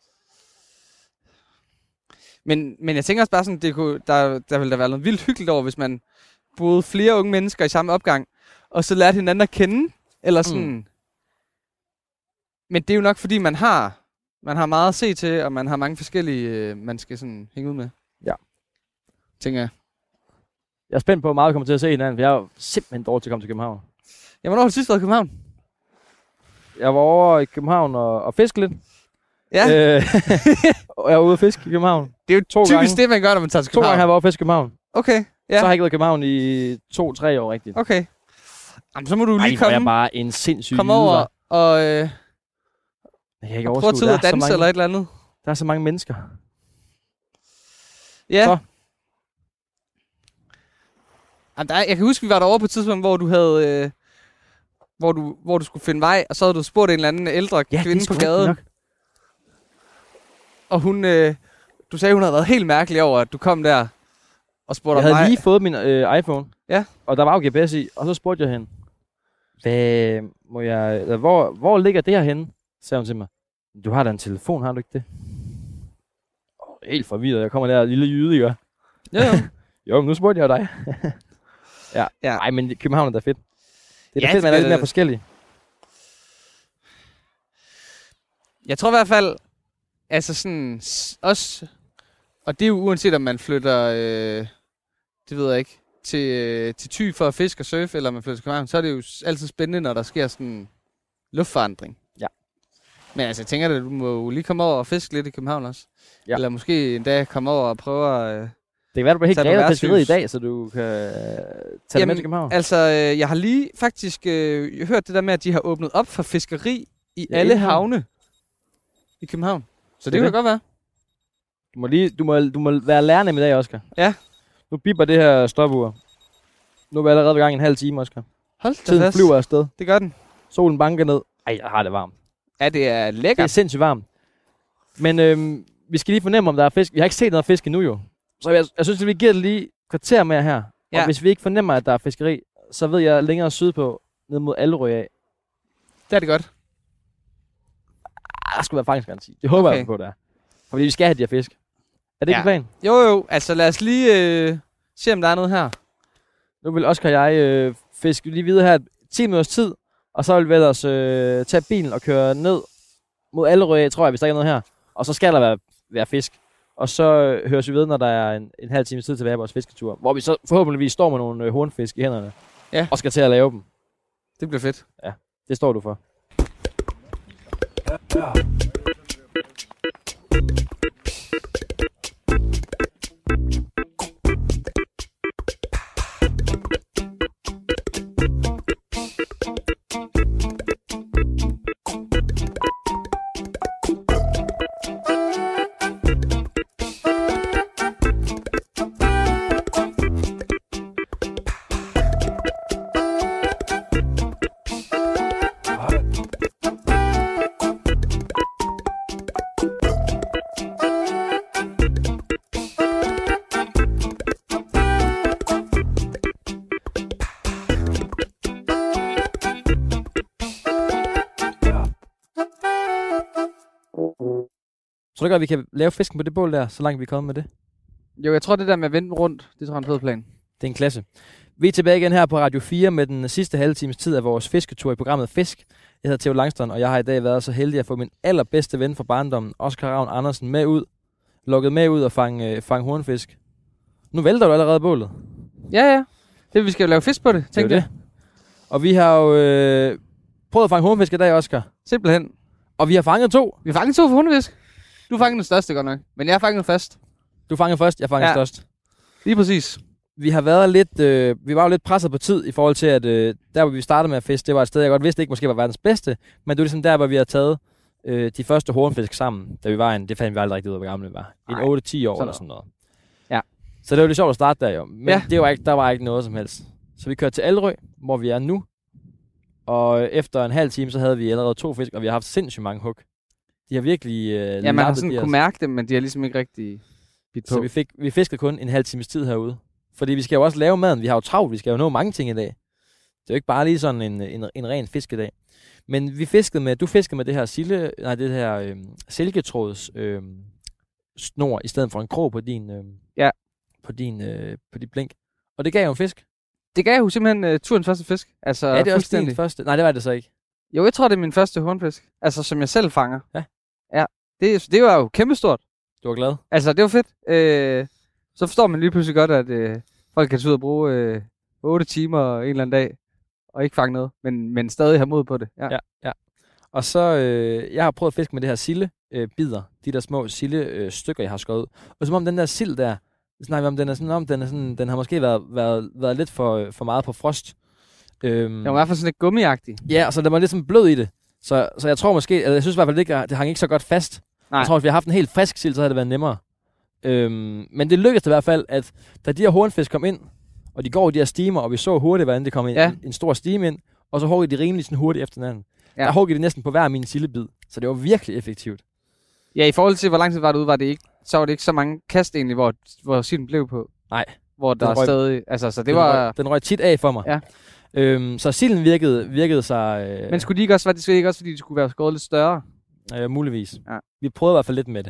Men jeg tænker også bare sådan, der ville da være noget vildt hyggeligt over, hvis man boede flere unge mennesker i samme opgang, og så lærte hinanden at kende, eller sådan... Men det er jo nok, fordi man har meget at se til, og man har mange forskellige, man skal sådan hænge ud med. Ja. Tænker jeg. Jeg er spændt på, hvor meget vi kommer til at se hinanden, for jeg er jo simpelthen dårlig til at komme til København. Ja, hvornår har du sidst været i København? Jeg var over i København og fiske lidt. Ja. Og jeg var ude at fiske i København. Det er jo typisk det, man gør, når man tager til København. 2 gange har jeg været over at fiske i København. Okay, ja. Så har jeg ikke været i København i 2-3 år rigtigt. Okay. Jamen, så må du lige komme. Jeg er bare en sindssyg Kom over og... jeg kan ikke prøv at tage ud og danse eller et eller andet. Der er så mange mennesker. Ja. Så. Jamen, jeg kan huske, vi var derovre på et tidspunkt, hvor du havde... hvor du skulle finde vej, og så havde du spurgt en eller anden ældre kvinde på gaden. Nok. Og hun... du sagde, hun havde været helt mærkelig over, at du kom der og spurgte om mig. Jeg havde lige fået min iPhone. Ja. Og der var jo GPS i, og så spurgte jeg hende, hvor ligger det her henne? Sagde hun til mig. Du har da en telefon, har du ikke det? Helt forvirret. Jeg kommer der lille jyde, ikke? Ja. Jo, nu spurgte jeg jo dig. Ja. Ej, men København er da fedt. Det er da fedt, man er lidt mere forskellig. Jeg tror i hvert fald, altså sådan, også, og det er jo uanset om man flytter, det ved jeg ikke, til Thy for at fiske og surfe, eller man flytter til København, så er det jo altid spændende, når der sker sådan luftforandring. Ja. Men altså, jeg tænker, at du må lige komme over og fiske lidt i København også. Ja. Eller måske en dag komme over og prøve at... Det kan være, du bliver helt grebet af fiskeriet i dag, så du kan tage det med til København. Altså, jeg har lige faktisk hørt det der med, at de har åbnet op for fiskeri i alle havne i København. Så det kan godt være. Du må være lærende med i dag, Oscar. Ja. Nu bipper det her stopur. Nu er vi allerede i gang en halv time, Oscar. Hold da Tiden flyver afsted. Det gør den. Solen banker ned. Ej, jeg har det varmt. Ja, det er lækkert. Det er sindssygt varmt. Men vi skal lige fornemme, om der er fisk. Vi har ikke set noget fisk endnu, jo. Så jeg synes, at vi giver det lige kvarter mere her. Ja. Og hvis vi ikke fornemmer, at der er fiskeri, så ved jeg længere sydpå, ned mod Allerød af. Det er det godt. Der skulle være fangstgaranti. Det håber jeg på, der. Fordi vi skal have de her fisk. Er det ikke en plan? Jo. Altså lad os lige se, om der er noget her. Nu vil Oscar og jeg fiske lige videre her 10 minutters tid. Og så vil vi ellers tage bilen og køre ned mod Allerød af, tror jeg, hvis der ikke er noget her. Og så skal der være fisk. Og så høres vi ved, når der er en halv time tid tilbage på vores fisketur. Hvor vi så forhåbentligvis står med nogle hornfisk i hænderne. Ja. Og skal til at lave dem. Det bliver fedt. Ja, det står du for. Så det gør, at vi kan lave fisken på det bål der, så langt vi er kommet med det. Jo, jeg tror det der med at vende rundt, det tror jeg er en fed plan. Det er en klasse. Vi er tilbage igen her på Radio 4 med den sidste halve times tid af vores fisketur i programmet Fisk. Jeg hedder Theo Langstrøm, og jeg har i dag været så heldig at få min allerbedste ven fra barndommen, Oscar Ravn Andersen, med ud. Lukket med ud og fange hornfisk. Nu vælter du allerede bålet. Ja. Vi skal jo lave fisk på det, tænkte jeg. Og vi har jo prøvet at fange hornfisk i dag, Oscar. Simpelthen. Og vi har fanget 2. Vi har fanget 2 for hornfisk. Du fangede den største godt nok, men jeg har fanget den først. Du fangede først, jeg fangede størst. Lige præcis. Vi har været lidt, vi var jo lidt presset på tid i forhold til, at der hvor vi startede med at fiske, det var et sted, jeg godt vidste ikke måske var verdens bedste, men det var ligesom der, hvor vi har taget de første hornfisk sammen, da vi var det fandt vi aldrig rigtig ud af, hvor gamle vi var. En 8-10 år eller sådan noget. Ja. Så det var lidt sjovt at starte der jo, men det var ikke, der var ikke noget som helst. Så vi kørte til Allerød, hvor vi er nu, og efter en halv time, så havde vi allerede 2 fisk, og vi har haft sindssygt mange hug. De har virkelig man har sådan kunne mærke dem, men de har ligesom ikke rigtig bidt på. Så vi fiskede kun en halv times tid herude. Fordi vi skal jo også lave maden. Vi har jo travlt. Vi skal jo nå mange ting i dag. Det er jo ikke bare lige sådan en ren fiskedag. Men du fiskede med det her silketråds snor i stedet for en krog på din på dit blink. Og det gav jo en fisk. Det gav jo simpelthen turens første fisk. Altså, det også din første? Nej, det var det så ikke. Jo, jeg tror, det er min første hornfisk. Altså, som jeg selv fanger. Ja. Det var jo kæmpestort. Du var glad? Altså, det var fedt. Så forstår man lige pludselig godt, at folk kan tage ud og bruge 8 timer en eller anden dag, og ikke fange noget, men stadig have mod på det. Ja. Og så, jeg har prøvet at fiske med det her sildebider, de der små sildestykker, jeg har skåret ud. Og som om den der sild der, snakker vi om, den har måske været lidt for meget på frost. Den var i hvert fald sådan lidt gummiagtig. Ja, og så den var lidt sådan blød i det. Så jeg tror måske, jeg synes i hvert fald ikke, det hang ikke så godt fast. Nej. Jeg tror, hvis vi har haft en helt frisk sild, så havde det været nemmere. Men det lykkedes i hvert fald, at da de her hornfisk kom ind, og de går i de her stimer, og vi så hurtigt, hvordan det kom en stor stime ind, og så huggede de rimelig sådan hurtigt efter hinanden. Ja. Der huggede de næsten på hver min sildebid, så det var virkelig effektivt. Ja, i forhold til, hvor lang tid var det ude, var det ikke så mange kast egentlig, hvor silden blev på. Nej. Hvor der stadig, altså, så det var... Den røg tit af for mig. Ja. Så silden virkede sig... Men skulle de ikke også, var det ikke også, fordi de skulle være skåret lidt større? Muligvis. Ja. Vi prøvede i hvert fald lidt med det.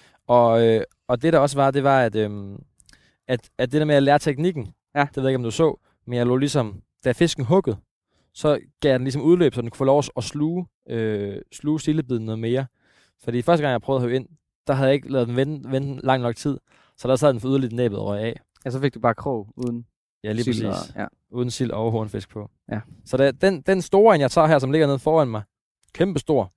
Og det der også var, det var, at det der med at lære teknikken, det ved jeg ikke, om du så, men jeg lå ligesom, da fisken huggede, så gav den ligesom udløb, så den kunne få lov at sluge sildebiden noget mere. Fordi første gang, jeg prøvede at høve ind, der havde jeg ikke lavet den vende lang nok tid, så der sad den for yderligt næbet og røg af. Ja, så fik du bare krog uden lige sild præcis. Uden sild og hornfisk på. Ja. Så den store, jeg tager her, som ligger nede foran mig, kæmpe stor,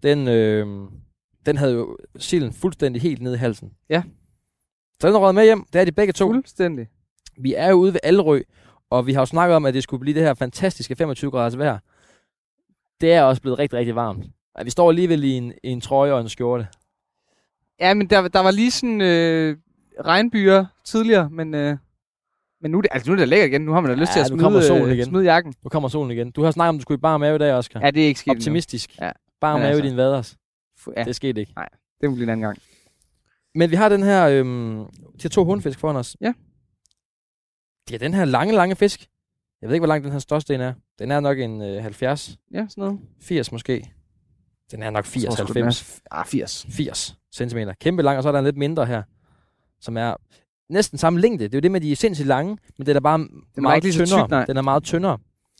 den havde jo silden fuldstændig helt nede i halsen. Ja. Så den er røget med hjem. Det er de begge to. Fuldstændig. Vi er jo ude ved Allerød, og vi har jo snakket om, at det skulle blive det her fantastiske 25 graders vejr. Det er også blevet rigtig, rigtig varmt. Vi står alligevel i en trøje og en skjorte. Ja, men der var lige sådan regnbyer tidligere, men nu er det lækkert igen. Nu har man da lyst til at smide jakken. Nu kommer solen igen. Du har snakket om, du skulle i bar mave i dag, Oscar. Ja, det er ikke sket. Optimistisk. Ja. Bar mave i din vaders. Ja. Det skete ikke. Nej, det må blive en anden gang. Men vi har den her, de 2 hornfisk foran os. Ja. Det er den her lange fisk. Jeg ved ikke, hvor lang den her største en er. Den er nok en 70. Ja, sådan noget. 80 måske. Den er nok 80-90. 80 centimeter. Kæmpe lang, og så er der en lidt mindre her, som er næsten samme længde. Det er jo det med, de er sindssygt lange, men den er bare meget tyndere. Den er meget tyndere.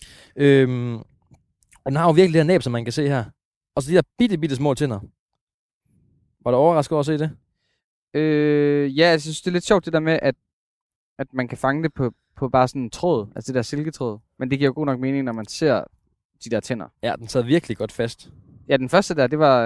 Og den har jo virkelig det her næb, som man kan se her. Og så de der bitte små tænder. Var du overrasket over at se det? Ja, jeg synes, det er lidt sjovt det der med, at man kan fange det på bare sådan en tråd, altså det der silketråd. Men det giver jo god nok mening, når man ser de der tænder. Ja, den sad virkelig godt fast. Ja, den første der, det var...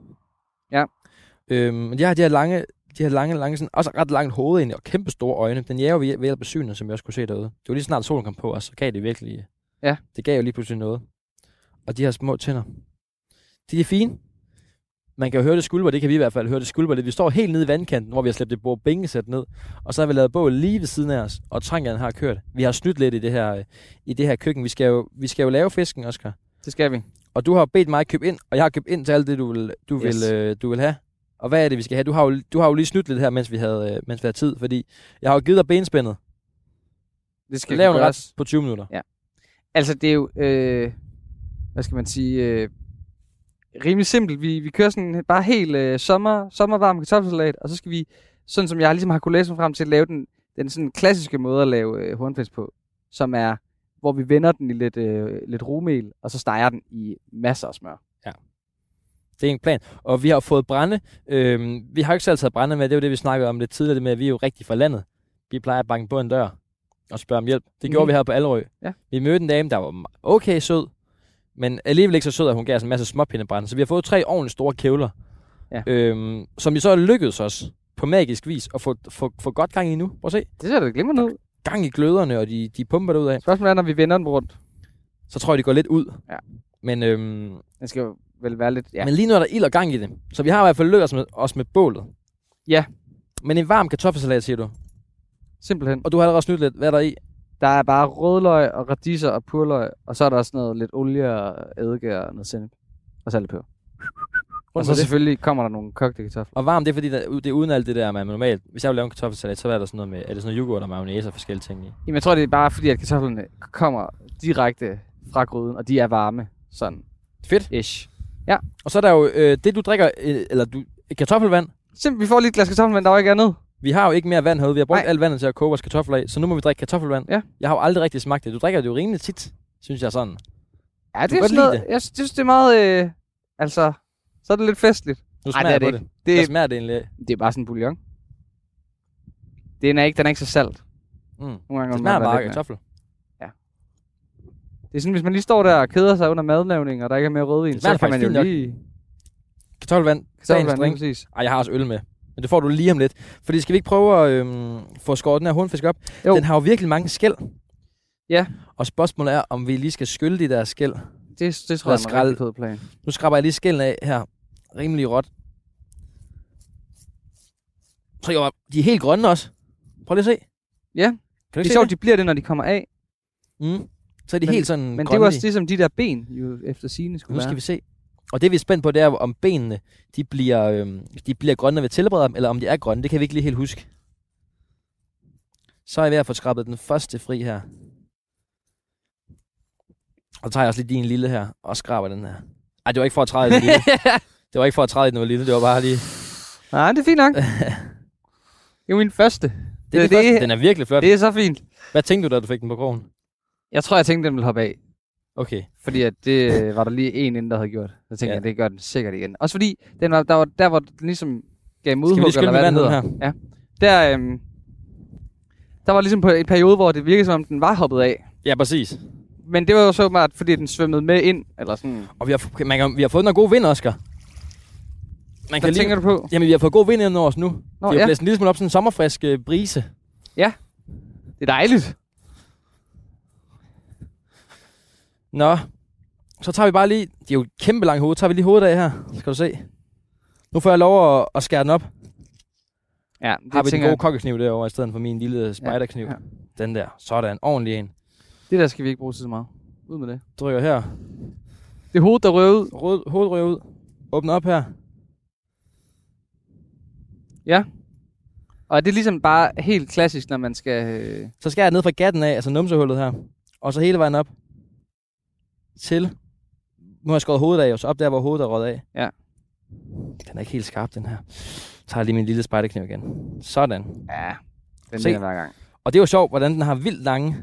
Men de har de her lange, sådan, også ret langt hoved egentlig, og kæmpe store øjne. Den jager ved hjælp af synet, som jeg også kunne se derude. Det var lige snart solen kom på, og så gav det virkelig... Ja. Det gav jo lige pludselig noget. Og de her små tænder. De er fine. Man kan jo høre det skulper, det kan vi i hvert fald høre det skulper. Vi står helt nede i vandkanten, hvor vi har slæbt det bord bængesæt ned. Og så har vi lavet bål lige ved siden af os, og trængeren har kørt. Vi har snydt lidt i det her køkken. Vi skal jo lave fisken, Oscar. Det skal vi. Og du har bedt mig at købe ind, og jeg har købt ind til alt det, du vil have. Og hvad er det, vi skal have? Du har jo lige snydt lidt her, mens vi havde tid, fordi jeg har jo givet dig benspændet. Det skal lave en ret på 20 minutter. Ja. Altså, det er jo, hvad skal man sige, rimelig simpelt. Vi kører sådan bare helt sommervarm kartoffelsalat, og så skal vi, sådan som jeg ligesom har kunnet læse mig frem til, at lave den sådan klassiske måde at lave hornfisk på, som er, hvor vi vender den i lidt rugmel, og så steger den i masser af smør. Ja. Det er en plan. Og vi har fået brænde. Vi har ikke selv taget brænde med. Det var det, vi snakkede om lidt tidligere, det med, at vi er jo rigtig fra landet. Vi plejer at banke på en dør og spørge om hjælp. Det gjorde vi her på Allerød. Ja. Vi mødte en dame, der var okay sød, men alligevel ikke så sød, at hun gav os en masse småpindebrænde. Så vi har fået 3 ordentligt store kævler, som vi så lykkedes os på magisk vis at få godt gang i nu. Prøv at se. Det ser da glimrende ud. Gang i gløderne, og de pumper derud af. Spørgsmålet er, når vi vender den rundt. Så tror jeg, de går lidt ud. Ja. Men den skal jo vel være lidt... Ja. Men lige nu er der ild og gang i det. Så vi har i hvert fald lykkedes os med bålet. Ja. Men en varm kartoffelsalat, siger du? Simpelthen. Og du har allerede snydt lidt. Hvad er der i? Der er bare rødløg og radiser og purløg. Og så er der også noget lidt olie og eddike og noget sennep. Og salt og peber. Og så selvfølgelig kommer der nogle kogte kartofler. Og varm, det er fordi, det er uden alt det der, man normalt... Hvis jeg vil lave en kartoffelsalat, så er der sådan noget med... Er det sådan noget yoghurt og mayonnaise og forskellige ting i? Jamen, jeg tror, det er bare fordi, at kartoflerne kommer direkte fra gryden, og de er varme. Sådan. Fedt. Ish. Ja. Og så er der jo det, du drikker... kartoffelvand. Simpelthen, vi får lige et glas kartoffelvand, der var ikke andet. Vi har jo ikke mere vand herude. Vi har brugt alt vandet til at koge vores kartofler af, så nu må vi drikke kartoffelvand. Ja. Jeg har jo aldrig rigtig smagt det. Du drikker det jo rimelig tit, synes jeg sådan. Ja, det er sådan noget... Jeg synes, det er meget... altså... Så er det lidt festligt. Nu smager det ikke. Hvad smager det egentlig af? Det er bare sådan en bouillon. Den er ikke så salt. Det smager bare kartoffel. Ja. Det er sådan, hvis man lige står der og keder sig under madlavning, og der ikke er mere rødvin, så kan man jo lige... Kartoffelvand, præcis. Ej, jeg har også øl med. Men det får du lige om lidt. Fordi skal vi ikke prøve at få skåret den her hornfisk op? Jo. Den har jo virkelig mange skæl. Ja. Og spørgsmålet er, om vi lige skal skylle de der skæl. Det tror jeg er en rigtig fed plan. Nu skraber jeg lige skælden af her. Rimelig råt. De er helt grønne også. Prøv lige at se. Ja. Det er sjovt, de bliver det, når de kommer af. Så er de helt sådan men grønlige. Det var også ligesom de der ben, jo efter sigende skulle være. Nu skal vi se. Og det vi er spændt på, det er, om benene de bliver grønne ved tilbereder dem, eller om de er grønne. Det kan vi ikke lige helt huske. Så er jeg ved at få skrabet den første fri her. Og så tager jeg også lige din lille her, og skraber den her. Ej, det var ikke for at træde i den lille. Det var ikke for at træde i den lille, det var bare lige... Nej, det er fint nok. Det er min første. Det første. Den er virkelig flot. Det er så fint. Hvad tænkte du, da du fik den på krogen? Jeg tror, den ville hoppe af. Okay. Fordi at det var der lige en inden, der havde gjort. Så tænkte jeg, det gør den sikkert igen. Også fordi, der hvor den ligesom gav modhug, eller hvad det hedder. Her? Ja. Der var ligesom på en periode, hvor det virkede som om, den var hoppet af. Ja, præcis. Men det var jo så meget, fordi den svømmede med ind, eller sådan. Og vi har fået noget god vind, Oscar. Hvad tænker du på? Jamen, vi har fået god vind ind over os nu. Det har blæst en lille smule op sådan en sommerfrisk brise. Ja, det er dejligt. Nå, så tager vi bare lige... Det er jo et kæmpe langt hoved. Tager vi lige hovedet af her, skal du se. Nu får jeg lov at skære den op. Ja, det har vi den gode kokkekniv derovre, i stedet for min lille spejderkniv. Ja. Den der. Sådan. Ordentlig en. Det der skal vi ikke bruge så meget. Ud med det. Trykker her. Det er hovedet, der rører ud. Hovedet rører ud. Åbner op her. Ja. Og er det ligesom bare helt klassisk, når man skal... Så skærer jeg ned fra gatten af, altså numsehullet her. Og så hele vejen op. Til. Nu har jeg skåret hovedet af, og så op der, hvor hovedet er røget af. Ja. Den er ikke helt skarp, den her. Så tager jeg lige min lille spejderkniv igen. Sådan. Ja. Den er hver gang. Og det er jo sjovt, hvordan den har vildt lange.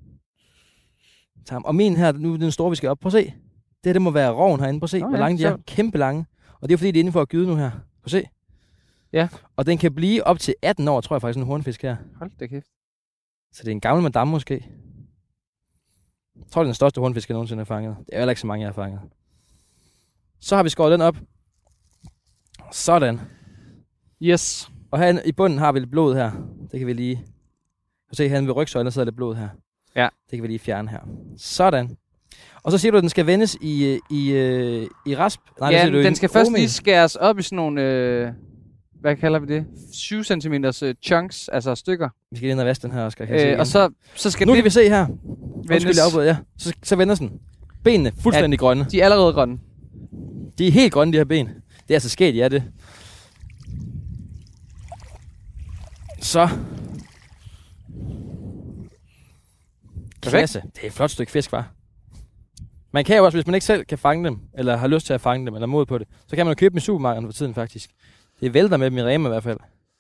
Og min her, nu er den store, vi skal op. Prøv at se. Det må være roven herinde. Prøv at se, hvor lange de er. Kæmpe lange. Og det er fordi, det er inden for at gyde nu her. Prøv at se. Ja. Og den kan blive op til 18 år, tror jeg faktisk, en hornfisk her. Hold da kæft. Så det er en gammel madame måske. Jeg tror, det er den største hornfisk, jeg nogensinde har fanget. Det er heller ikke så mange, jeg har fanget. Så har vi skåret den op. Sådan. Yes. Og her i bunden har vi lidt blod her. Det kan vi lige... Du kan se, her ved rygsøjlen, så er det blod her. Ja. Det kan vi lige fjerne her. Sådan. Og så siger du, at den skal vendes i rasp? Nej, Ja, det den skal først lige skæres op i sådan nogle... hvad kalder vi det? 7 cm chunks, altså stykker. Vi skal lige ind og vaske den her, Oscar. Og så skal nu kan vi se her. vendes. Ja. Så vendes den. Benene fuldstændig grønne. De er allerede grønne. De er helt grønne, de her ben. Det er altså sket, ja det. Så. Klasse. Det er et flot stykke fisk, hva'? Man kan jo også, hvis man ikke selv kan fange dem, eller har lyst til at fange dem, eller mod på det, så kan man jo købe dem i supermarkedet for tiden, faktisk. Det vælter med dem i Rema i hvert fald.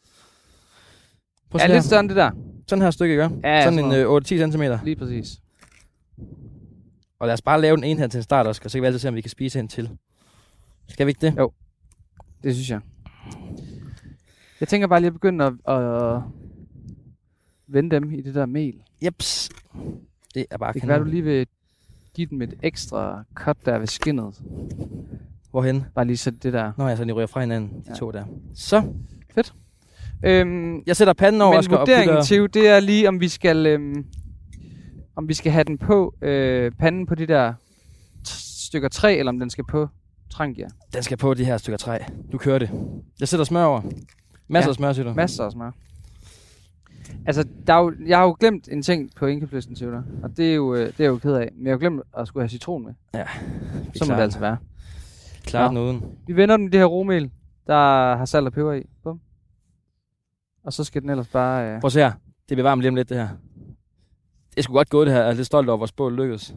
Ja, lidt større end det der. Sådan her stykke, ikke? Ja, sådan en 8-10 cm. Lige præcis. Og lad os bare lave den ene her til en start, Oscar, så kan vi altid se, om vi kan spise en til. Skal vi ikke det? Jo, det synes jeg. Jeg tænker bare lige at begynde at vende dem i det der mel. Jeps. Det er bare det kan være, du lige vil give dem et ekstra cut der ved skinnet. Hvorhen? Bare lige sætte det der. Nå ja, så de ryger fra hinanden, de to der. Så. Fedt. Jeg sætter panden over, Oscar, og vurderingen til, det er lige, om vi skal have den på panden på de der stykker træ, eller om den skal på trangia. Den skal på de her stykker træ. Du kører det. Jeg sætter smør over. Masser af smør, siger du? Masser af smør. Altså, jeg har jo glemt en ting på indkøbslisten til dig, og det er jeg jo ked af. Men jeg har jo glemt at skulle have citron med. Ja. Så må det altså være. Klart den uden. Vi vender den i det her romel, der har salt og peber i. Bum. Og så skal den ellers bare... Prøv at se her. Det bliver varmt lige om lidt, det her. Det skulle godt gå, det her. Jeg er lidt stolt over, vores bål lykkedes.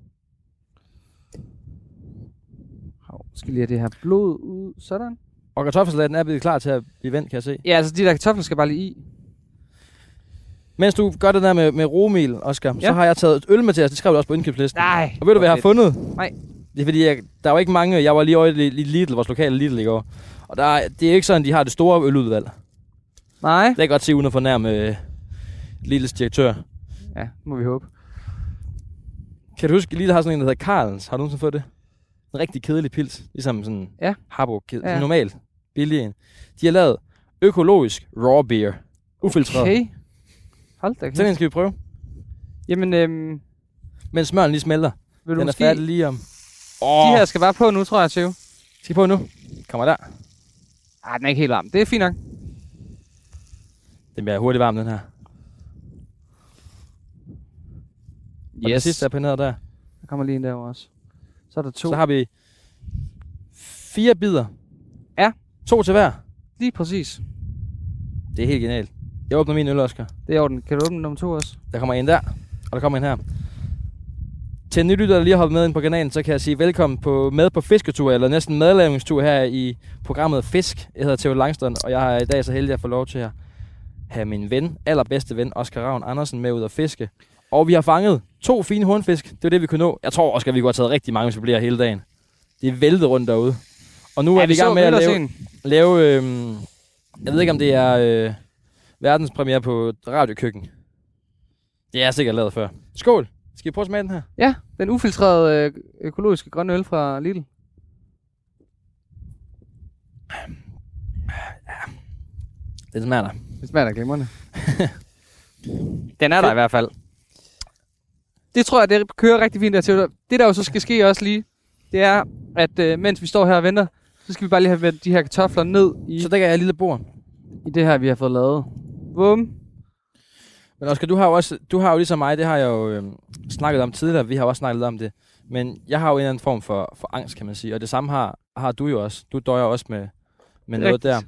Skal lige have det her blod ud. Sådan. Og kartoffelsalaten er blevet klar til at blive vendt, kan jeg se. Ja, altså de der kartofler skal bare lige i. Mens du gør det der med romel, Oscar, så har jeg taget et øl med til os. Det skrev du også på indkøbslisten. Nej. Og ved du, hvad jeg har fundet? Nej. Det er fordi, der var ikke mange... Jeg var lige over i Lidl, vores lokale Lidl i går. Og det er ikke sådan, de har det store øludvalg. Nej. Det kan jeg godt se, uden at fornærme Lidls direktør. Ja, må vi håbe. Kan du huske, Lidl har sådan en, der hedder Carlens. Har du nogensinde fået det? En rigtig kedelig pils. Ligesom sådan Harbo. Ja. Normal. Billig en. De har lavet økologisk raw beer. Ufiltreret. Okay. Hold da kæft. Sådan en skal vi prøve. Jamen, men smøren lige smelter. Vil du den måske... er færdig lige om... De her skal bare på nu, tror jeg, Theo. Skal på nu? Kommer der. Den er ikke helt varm. Det er fint nok. Den bliver hurtigt varm, den her. Og den sidste er på nede der. Der kommer lige en derovre også. Så er der 2. Så har vi 4 bidder. Ja. 2 til hver. Lige præcis. Det er helt genialt. Jeg åbner min øl, Oscar. Det er i orden. Kan du åbne nummer 2 også? Der kommer en der, og der kommer en her. Til en ny lytter, der lige har hoppet med ind på kanalen, så kan jeg sige velkommen med på fisketur, eller næsten madlavningstur her i programmet Fisk. Jeg hedder Theo Langstrøm, og jeg er i dag så heldig at få lov til at have min allerbedste ven, Oscar Ravn Andersen, med ud at fiske. Og vi har fanget 2 fine hornfisk. Det er det, vi kunne nå. Jeg tror, Oscar, vi kunne have taget rigtig mange, hvis vi bliver hele dagen. Det er væltet rundt derude. Og nu er vi i gang med at lave jeg ved ikke, om det er verdenspremiere på radiokøkken. Det er sikkert lavet før. Skål! Skal vi prøve at smage den her? Ja, den ufiltrerede økologiske grønne øl fra Lidl. Ja. Den smager der. Det smager der glimrende. Den er der i hvert fald. Det tror jeg, det kører rigtig fint der til. Det der jo så skal ske også lige, det er, at mens vi står her og venter, så skal vi bare lige have de her kartofler ned i... Så dækker jeg et lille bord. I det her, vi har fået lavet. Bum. Men Oscar, du har jo ligesom mig, det har jeg jo snakket om tidligere, vi har også snakket om det. Men jeg har jo en eller anden form for angst, kan man sige. Og det samme har du jo også. Du døjer også med noget der.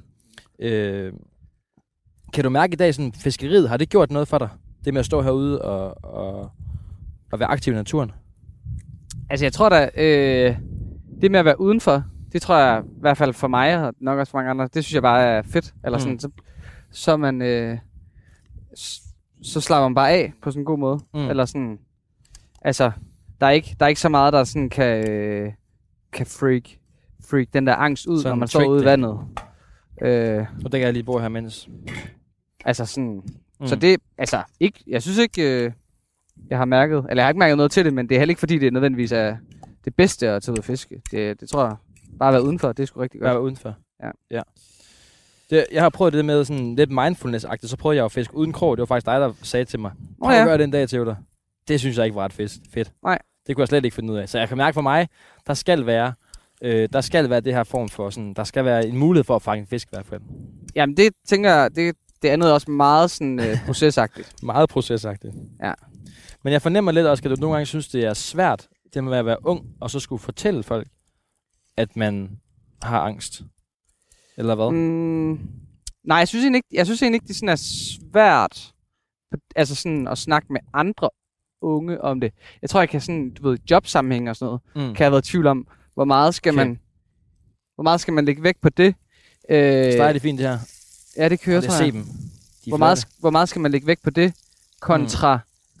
Kan du mærke i dag, sådan fiskeriet, har det gjort noget for dig? Det med at stå herude og være aktiv i naturen? Altså jeg tror da, det med at være udenfor, det tror jeg i hvert fald for mig, og nok også for mange andre, det synes jeg bare er fedt. Eller sådan, så man... så slapper man bare af på sådan en god måde. Eller sådan... Altså, der er ikke så meget, der sådan kan freak den der angst ud, sådan når man står ude i vandet. Og der kan jeg lige bo her mens. Altså sådan... Så det... Altså, ikke... Jeg synes ikke... jeg har mærket... Eller jeg har ikke mærket noget til det, men det er heller ikke, fordi det nødvendigvis er det bedste at tage ud og fiske. Det tror jeg... Bare at være udenfor, det er sgu rigtig godt. Bare være udenfor. Ja. Jeg har prøvet det med sådan lidt mindfulness-agtigt, så prøvede jeg at fiske uden krog. Det var faktisk dig, der sagde til mig, prøv at gøre det en dag, Theodor. Det synes jeg ikke var ret fedt. Nej. Det kunne jeg slet ikke finde ud af. Så jeg kan mærke for mig, der skal være det her form for sådan, der skal være en mulighed for at fange en fisk i hvert fald. Jamen det tænker jeg, det andet er også meget sådan procesagtigt. Meget procesagtigt. Ja. Men jeg fornemmer lidt også, at du nogle gange synes, det er svært, det med at være ung, og så skulle fortælle folk, at man har angst. Eller hvad? Nej, jeg synes egentlig ikke, det sådan er svært altså sådan at snakke med andre unge om det. Jeg tror, jeg kan sådan, du ved, jobsammenhæng og sådan noget, kan jeg have været i tvivl om, hvor meget skal man lægge vægt på det. Steger det fint det her? Ja, det kører, tror jeg. Se dem. Hvor meget skal man lægge vægt på det, kontra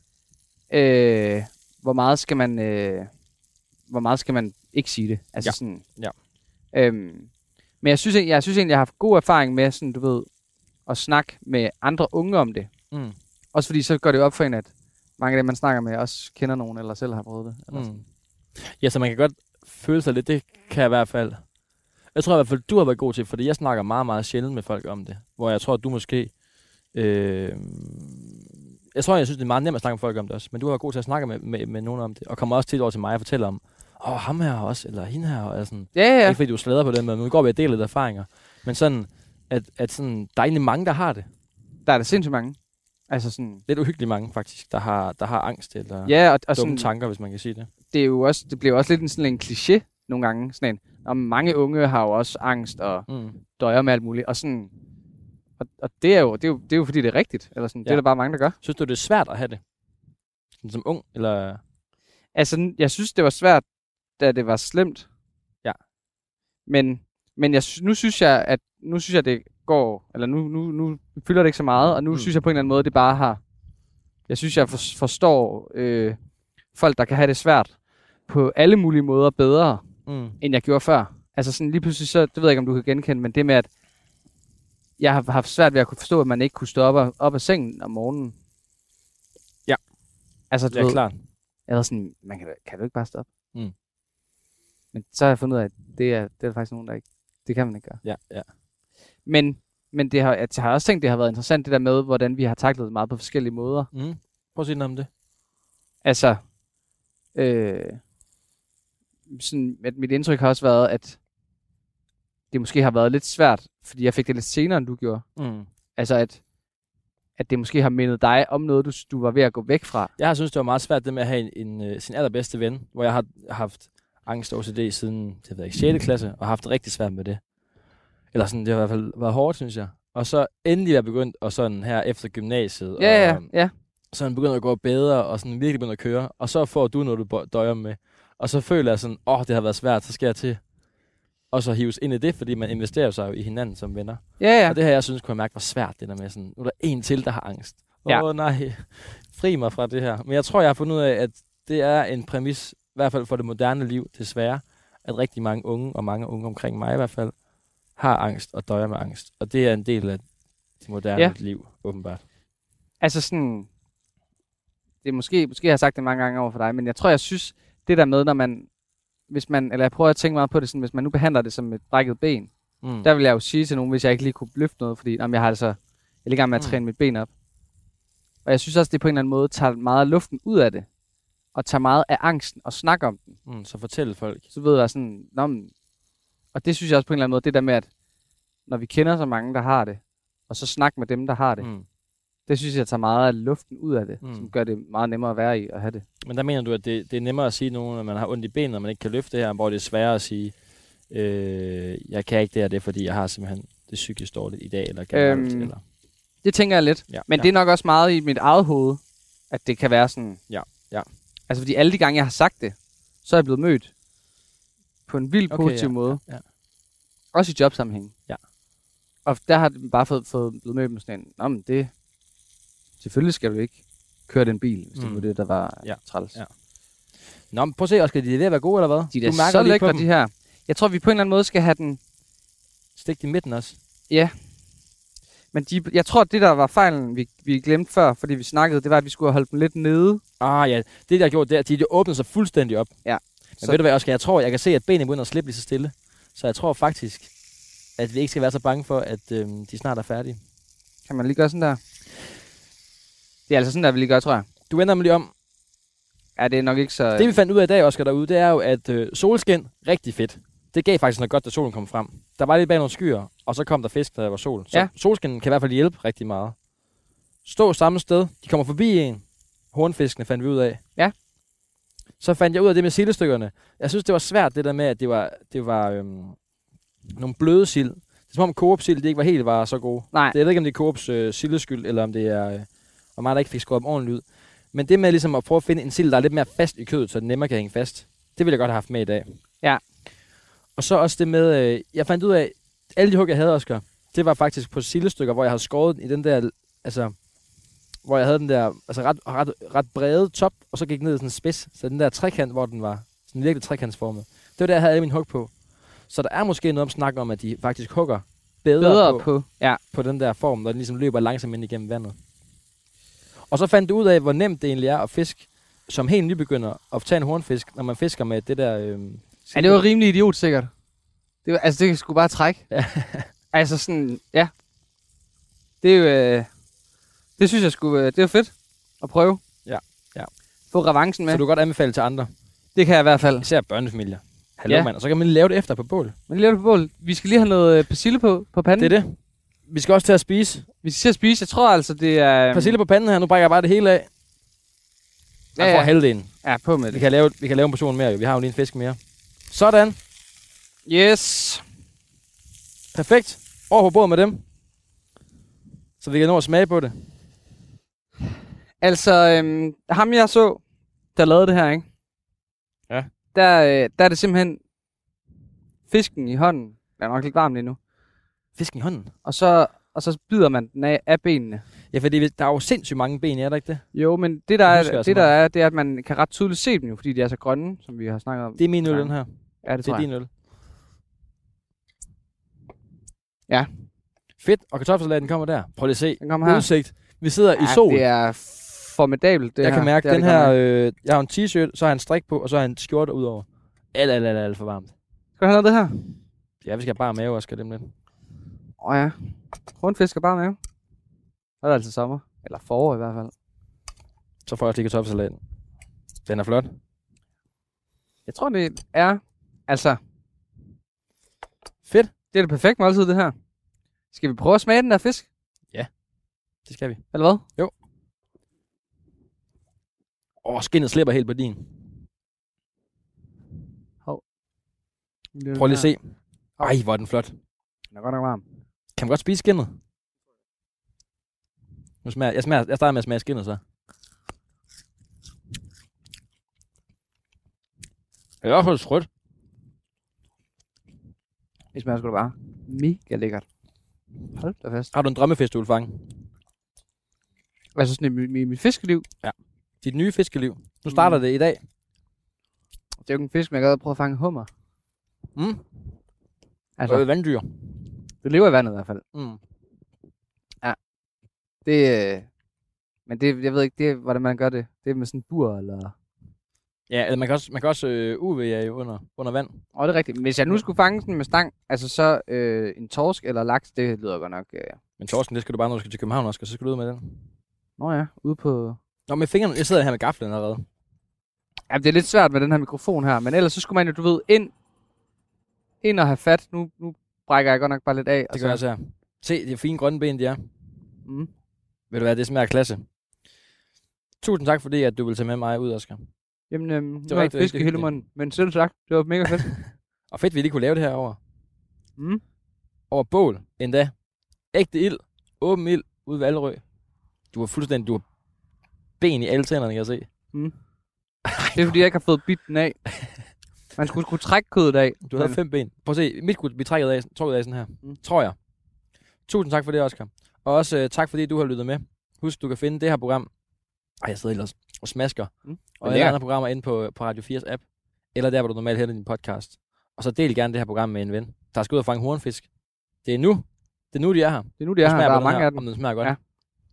hvor meget skal man ikke sige det. Altså sådan. Ja. Men jeg synes egentlig, jeg har haft god erfaring med sådan, du ved, at snakke med andre unge om det. Også fordi så går det op for en, at mange af dem, man snakker med, også kender nogen, eller selv har prøvet det. Eller sådan. Ja, så man kan godt føle sig lidt, det kan jeg i hvert fald. Jeg tror i hvert fald, du har været god til, fordi jeg snakker meget, meget sjældent med folk om det. Hvor jeg tror, at du måske... jeg synes, det er meget nemt at snakke med folk om det også. Men du har været god til at snakke med nogen om det. Og kommer også tit over til mig og fortæller om, ham her også, eller hende her. Eller sådan. Ja. Ikke fordi du slæder på det, men nu går vi og deler lidt erfaringer. Men sådan, at sådan, der er egentlig mange, der har det. Der er der sindssygt mange. Altså sådan... Lidt uhyggeligt mange, faktisk, der har angst eller og dumme tanker, hvis man kan sige det. Det bliver også lidt sådan en kliché nogle gange. Sådan en, og mange unge har jo også angst og døjer med alt muligt. Og sådan... Og det er jo fordi det er rigtigt. Eller sådan, det er der bare mange, der gør. Synes du, det er svært at have det? Som ung, eller... Altså, jeg synes, det var svært, da det var slemt. Ja. Men nu synes jeg, det går... Eller nu fylder det ikke så meget, og nu synes jeg på en eller anden måde, det bare har... Jeg synes, jeg forstår folk, der kan have det svært på alle mulige måder bedre, end jeg gjorde før. Altså sådan lige pludselig, så det ved jeg ikke, om du kan genkende, men det med, at jeg har haft svært ved at kunne forstå, at man ikke kunne stå op af sengen om morgenen. Ja, altså, det er klart. Jeg var sådan, kan du ikke bare stoppe? Men så har jeg fundet ud af, at det er faktisk nogen, der ikke... Det kan man ikke gøre. Ja. Men jeg har også tænkt, det har været interessant, det der med, hvordan vi har taklet det meget på forskellige måder. Prøv at sige noget om det. Altså, sådan, at mit indtryk har også været, at det måske har været lidt svært, fordi jeg fik det lidt senere, end du gjorde. Altså, at det måske har mindet dig om noget, du var ved at gå væk fra. Jeg har synes, det var meget svært det med at have sin allerbedste ven, hvor jeg har haft angst og OCD siden, det ved jeg ikke, 6. klasse, og haft det rigtig svært med det. Eller sådan, det har i hvert fald været hårdt, synes jeg. Og så endelig er begyndt, og sådan her efter gymnasiet, ja. Så er den begyndt at gå bedre, og sådan virkelig begyndt at køre, og så får du noget, du døjer med. Og så føler jeg sådan, det har været svært, så skal jeg til. Og så hives ind i det, fordi man investerer sig jo i hinanden som venner. Ja. Og det her, jeg synes, kunne jeg mærke, var svært, det der med sådan, nu er der en til, der har angst. Nej, fri mig fra det her. Men jeg tror, jeg har fundet ud af, at det er en præmis, i hvert fald for det moderne liv, desværre, at rigtig mange unge, og mange unge omkring mig i hvert fald, har angst og døjer med angst. Og det er en del af det moderne liv, åbenbart. Altså sådan, det er måske har jeg sagt det mange gange over for dig, men jeg tror, jeg synes, det der med, når man, eller jeg prøver at tænke meget på det, sådan, hvis man nu behandler det som et brækket ben, der vil jeg jo sige til nogen, hvis jeg ikke lige kunne løfte noget, fordi jeg er i gang med at træne mit ben op. Og jeg synes også, det på en eller anden måde tager meget af luften ud af det, og tager meget af angsten og snakker om den. Så fortæl folk. Så ved jeg sådan, og det synes jeg også på en eller anden måde, det der med, at når vi kender så mange, der har det, og så snakke med dem, der har det, det synes jeg tager meget af luften ud af det, som gør det meget nemmere at være i at have det. Men der mener du, at det er nemmere at sige nogen, når man har ondt i benet, og man ikke kan løfte det her, hvor det er sværere at sige, jeg kan ikke det, fordi jeg har simpelthen det psykisk dårligt i dag, eller generelt, eller? Det tænker jeg lidt. Men det er nok også meget i mit eget hoved, at det kan være sådan. Ja. Altså fordi alle de gange, jeg har sagt det, så er jeg blevet mødt på en vildt positiv måde. Ja. Også i jobsammenhæng. Ja. Og der har det bare fået blevet mødt med sådan en, men det... Selvfølgelig skal du ikke køre den bil, hvis det var det, der var træls. Ja. Nå, men prøv at se, Oscar, de er ved at være gode, eller hvad? De er så lækre, de her. Jeg tror, vi på en eller anden måde skal have den... Stik i midten også. Ja. Men jeg tror, det der var fejlen, vi glemte før, fordi vi snakkede, det var, at vi skulle have holdt dem lidt nede. Ja, det der gjorde, det er, at de åbnede sig fuldstændig op. Ja. Men ved du hvad, Oscar, jeg tror, jeg kan se, at benene begynder at slippe lige så stille. Så jeg tror faktisk, at vi ikke skal være så bange for, at de snart er færdige. Kan man lige gøre sådan der? Det er altså sådan der, vi lige gør, tror jeg. Du vender mig lige om. Ja, det er nok ikke så... Det vi fandt ud af i dag, Oscar, derude, det er jo, at solskin, rigtig fedt. Det gav faktisk noget godt, da solen kom frem. Der var lidt bag nogle skyer, og så kom der fisk, da der var sol. Så solskin kan i hvert fald hjælpe rigtig meget. Stå samme sted. De kommer forbi en. Hornfiskene fandt vi ud af. Ja. Så fandt jeg ud af det med sildestykkerne. Jeg synes, det var svært, det der med, at det var nogle bløde sild. Det er som om Coops sild, det ikke var så gode. Nej. Jeg ved ikke, om det er Coops sildeskyld, eller om det er... og mig, der ikke fik skåret dem ordentligt ud. Men det med ligesom at prøve at finde en sild, der er lidt mere fast i kødet, så den nemmere kan hænge fast, det ville jeg godt have haft med i dag. Ja. Og så også det med, jeg fandt ud af, alle de hug, jeg havde, Oscar, det var faktisk på sildestykker, hvor jeg havde skåret i den der, altså, hvor jeg havde den der, altså ret brede top, og så gik ned i sådan en spids, så den der trekant, hvor den var sådan virkelig trekantsformet. Det var der, jeg havde alle mine hug på. Så der er måske noget om snak om, at de faktisk hugger bedre på den der form, når den ligesom løber langsomt ind igennem vandet. Og så fandt du ud af, hvor nemt det egentlig er at fiske, som helt nybegynder, at tage en hornfisk, når man fisker med det der... Ja, det var rimelig idiot, sikkert. Det var, altså, det skulle bare trække. Altså sådan, ja. Det er jo... det synes jeg skulle... det var fedt at prøve. Ja. Få revancen med. Så du kan godt anbefale til andre. Det kan jeg i hvert fald. Især børnefamilier. Hallo, mand. Og så kan man lave det efter på bål. Man laver det på bål. Vi skal lige have noget persille på panden. Det er det. Vi skal også til at spise. Vi skal til at spise. Jeg tror altså, det er... Persille på panden her. Nu brækker jeg bare det hele af. Jeg får halvdelen. Ja, på med det. Vi kan lave en portion mere. Jo. Vi har jo lige en fisk mere. Sådan. Yes. Perfekt. Over på bordet med dem. Så vi kan nå at smage på det. Altså, ham jeg så, der lavede det her, ikke? Ja. Der er det simpelthen fisken i hånden. Den er nok lidt varm lige nu. Fisken i hånden? Og så bider man den af benene. Ja, fordi der er jo sindssygt mange ben, er der ikke det? Jo, men det der er, det er, at man kan ret tydeligt se dem jo, fordi de er så grønne, som vi har snakket om. Det er min øl, den her. Ja, det tror jeg. Det er din øl. Ja. Fedt, og kartoffelsalaten kommer der. Prøv lige at se. Den kommer her. Udsigt. Vi sidder i sol. Det er formidabelt, det jeg her. Kan mærke, den her... jeg har en t-shirt, så har jeg en strik på, og så har jeg en skjorte udover. Alt for varmt. Skal du have noget af det her? Ja, vi skal bare mave og skal dem lidt. Ja. Hornfisk er bare mave. Så er det altså sommer. Eller forår i hvert fald. Så får jeg også lige kartoffelsalaten. Den er flot. Jeg tror, det er... Altså... Fedt. Det er det perfekte måltid, det her. Skal vi prøve at smage den der fisk? Ja, det skal vi. Eller hvad? Jo. Skindet slipper helt på din. Hov. Prøv lige at se. Ej, hvor er den flot. Den er godt nok varm. Kan man godt spise skindet? Jeg starter med at smage skindet så. Det er også lidt frødt. Det smager sgu da bare mega lækkert. Hold da fast. Har du en drømmefisk, du vil fange? Altså sådan i mit fiskeliv? Ja. Dit nye fiskeliv. Nu starter det i dag. Det er jo ikke en fisk, men jeg gad prøve at fange hummer. Altså vanddyr. Det lever i vandet i hvert fald. Ja. Det... Men det, jeg ved ikke, det er, hvordan man gør det. Det er med sådan en bur, eller... Ja, eller man kan også UV under vand. Det er rigtigt. Hvis jeg nu skulle fange den med stang, altså så en torsk eller laks, det lyder godt nok... Men torsken, det skal du bare, når du skal til København også, så skal du ud med den. Nå ja, ude på... Nå, med fingrene, jeg sidder her med gaflen allerede. Ja, det er lidt svært med den her mikrofon her, men ellers så skulle man jo, du ved, ind og have fat. Nu brækker jeg godt nok bare lidt af. Det gør jeg så her. Se, de fine grønne ben, de er. Ved du hvad, det smager klasse. Tusind tak, fordi at du vil tage med mig ud, Oscar. Jamen, det var fisk i hele munden, men selv sagt, det var mega fedt. Og fedt, vi lige kunne lave det her over. Over bål, endda. Ægte ild, åben ild, ude ved Allerød. Du har ben i alle tænderne, kan jeg se. Det er fordi, jeg ikke har fået bidt den af. Man skulle trække kødet af. Du havde 5 ben. Prøv at se, mit kunne blive trukket af sådan her. Tror jeg. Tusind tak for det, Oscar. Og også tak, fordi du har lyttet med. Husk, du kan finde det her program. Jeg sidder ellers og smasker. Og alle andre programmer inde på Radio 4's app. Eller der, hvor du normalt henter din podcast. Og så del gerne det her program med en ven, der skal ud og fange hornfisk. Det er nu. Det er nu, de er her. Det er nu, de er her. Der er mange af dem. Om den smager godt. Ja.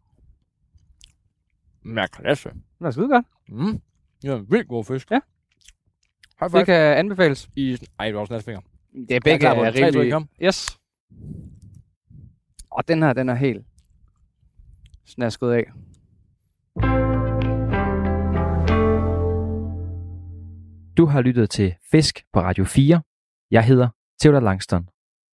Med klasse. Det er skide godt. Det er en vildt god fisk. Ja. High Det five. kan anbefales. Ej, det var også næstfinger. Det er begge klar på den. 3, 2, 1, rimelig... kom. Yes. Og den her, den er helt snasket af. Du har lyttet til Fisk på Radio 4. Jeg hedder Theodor Langston.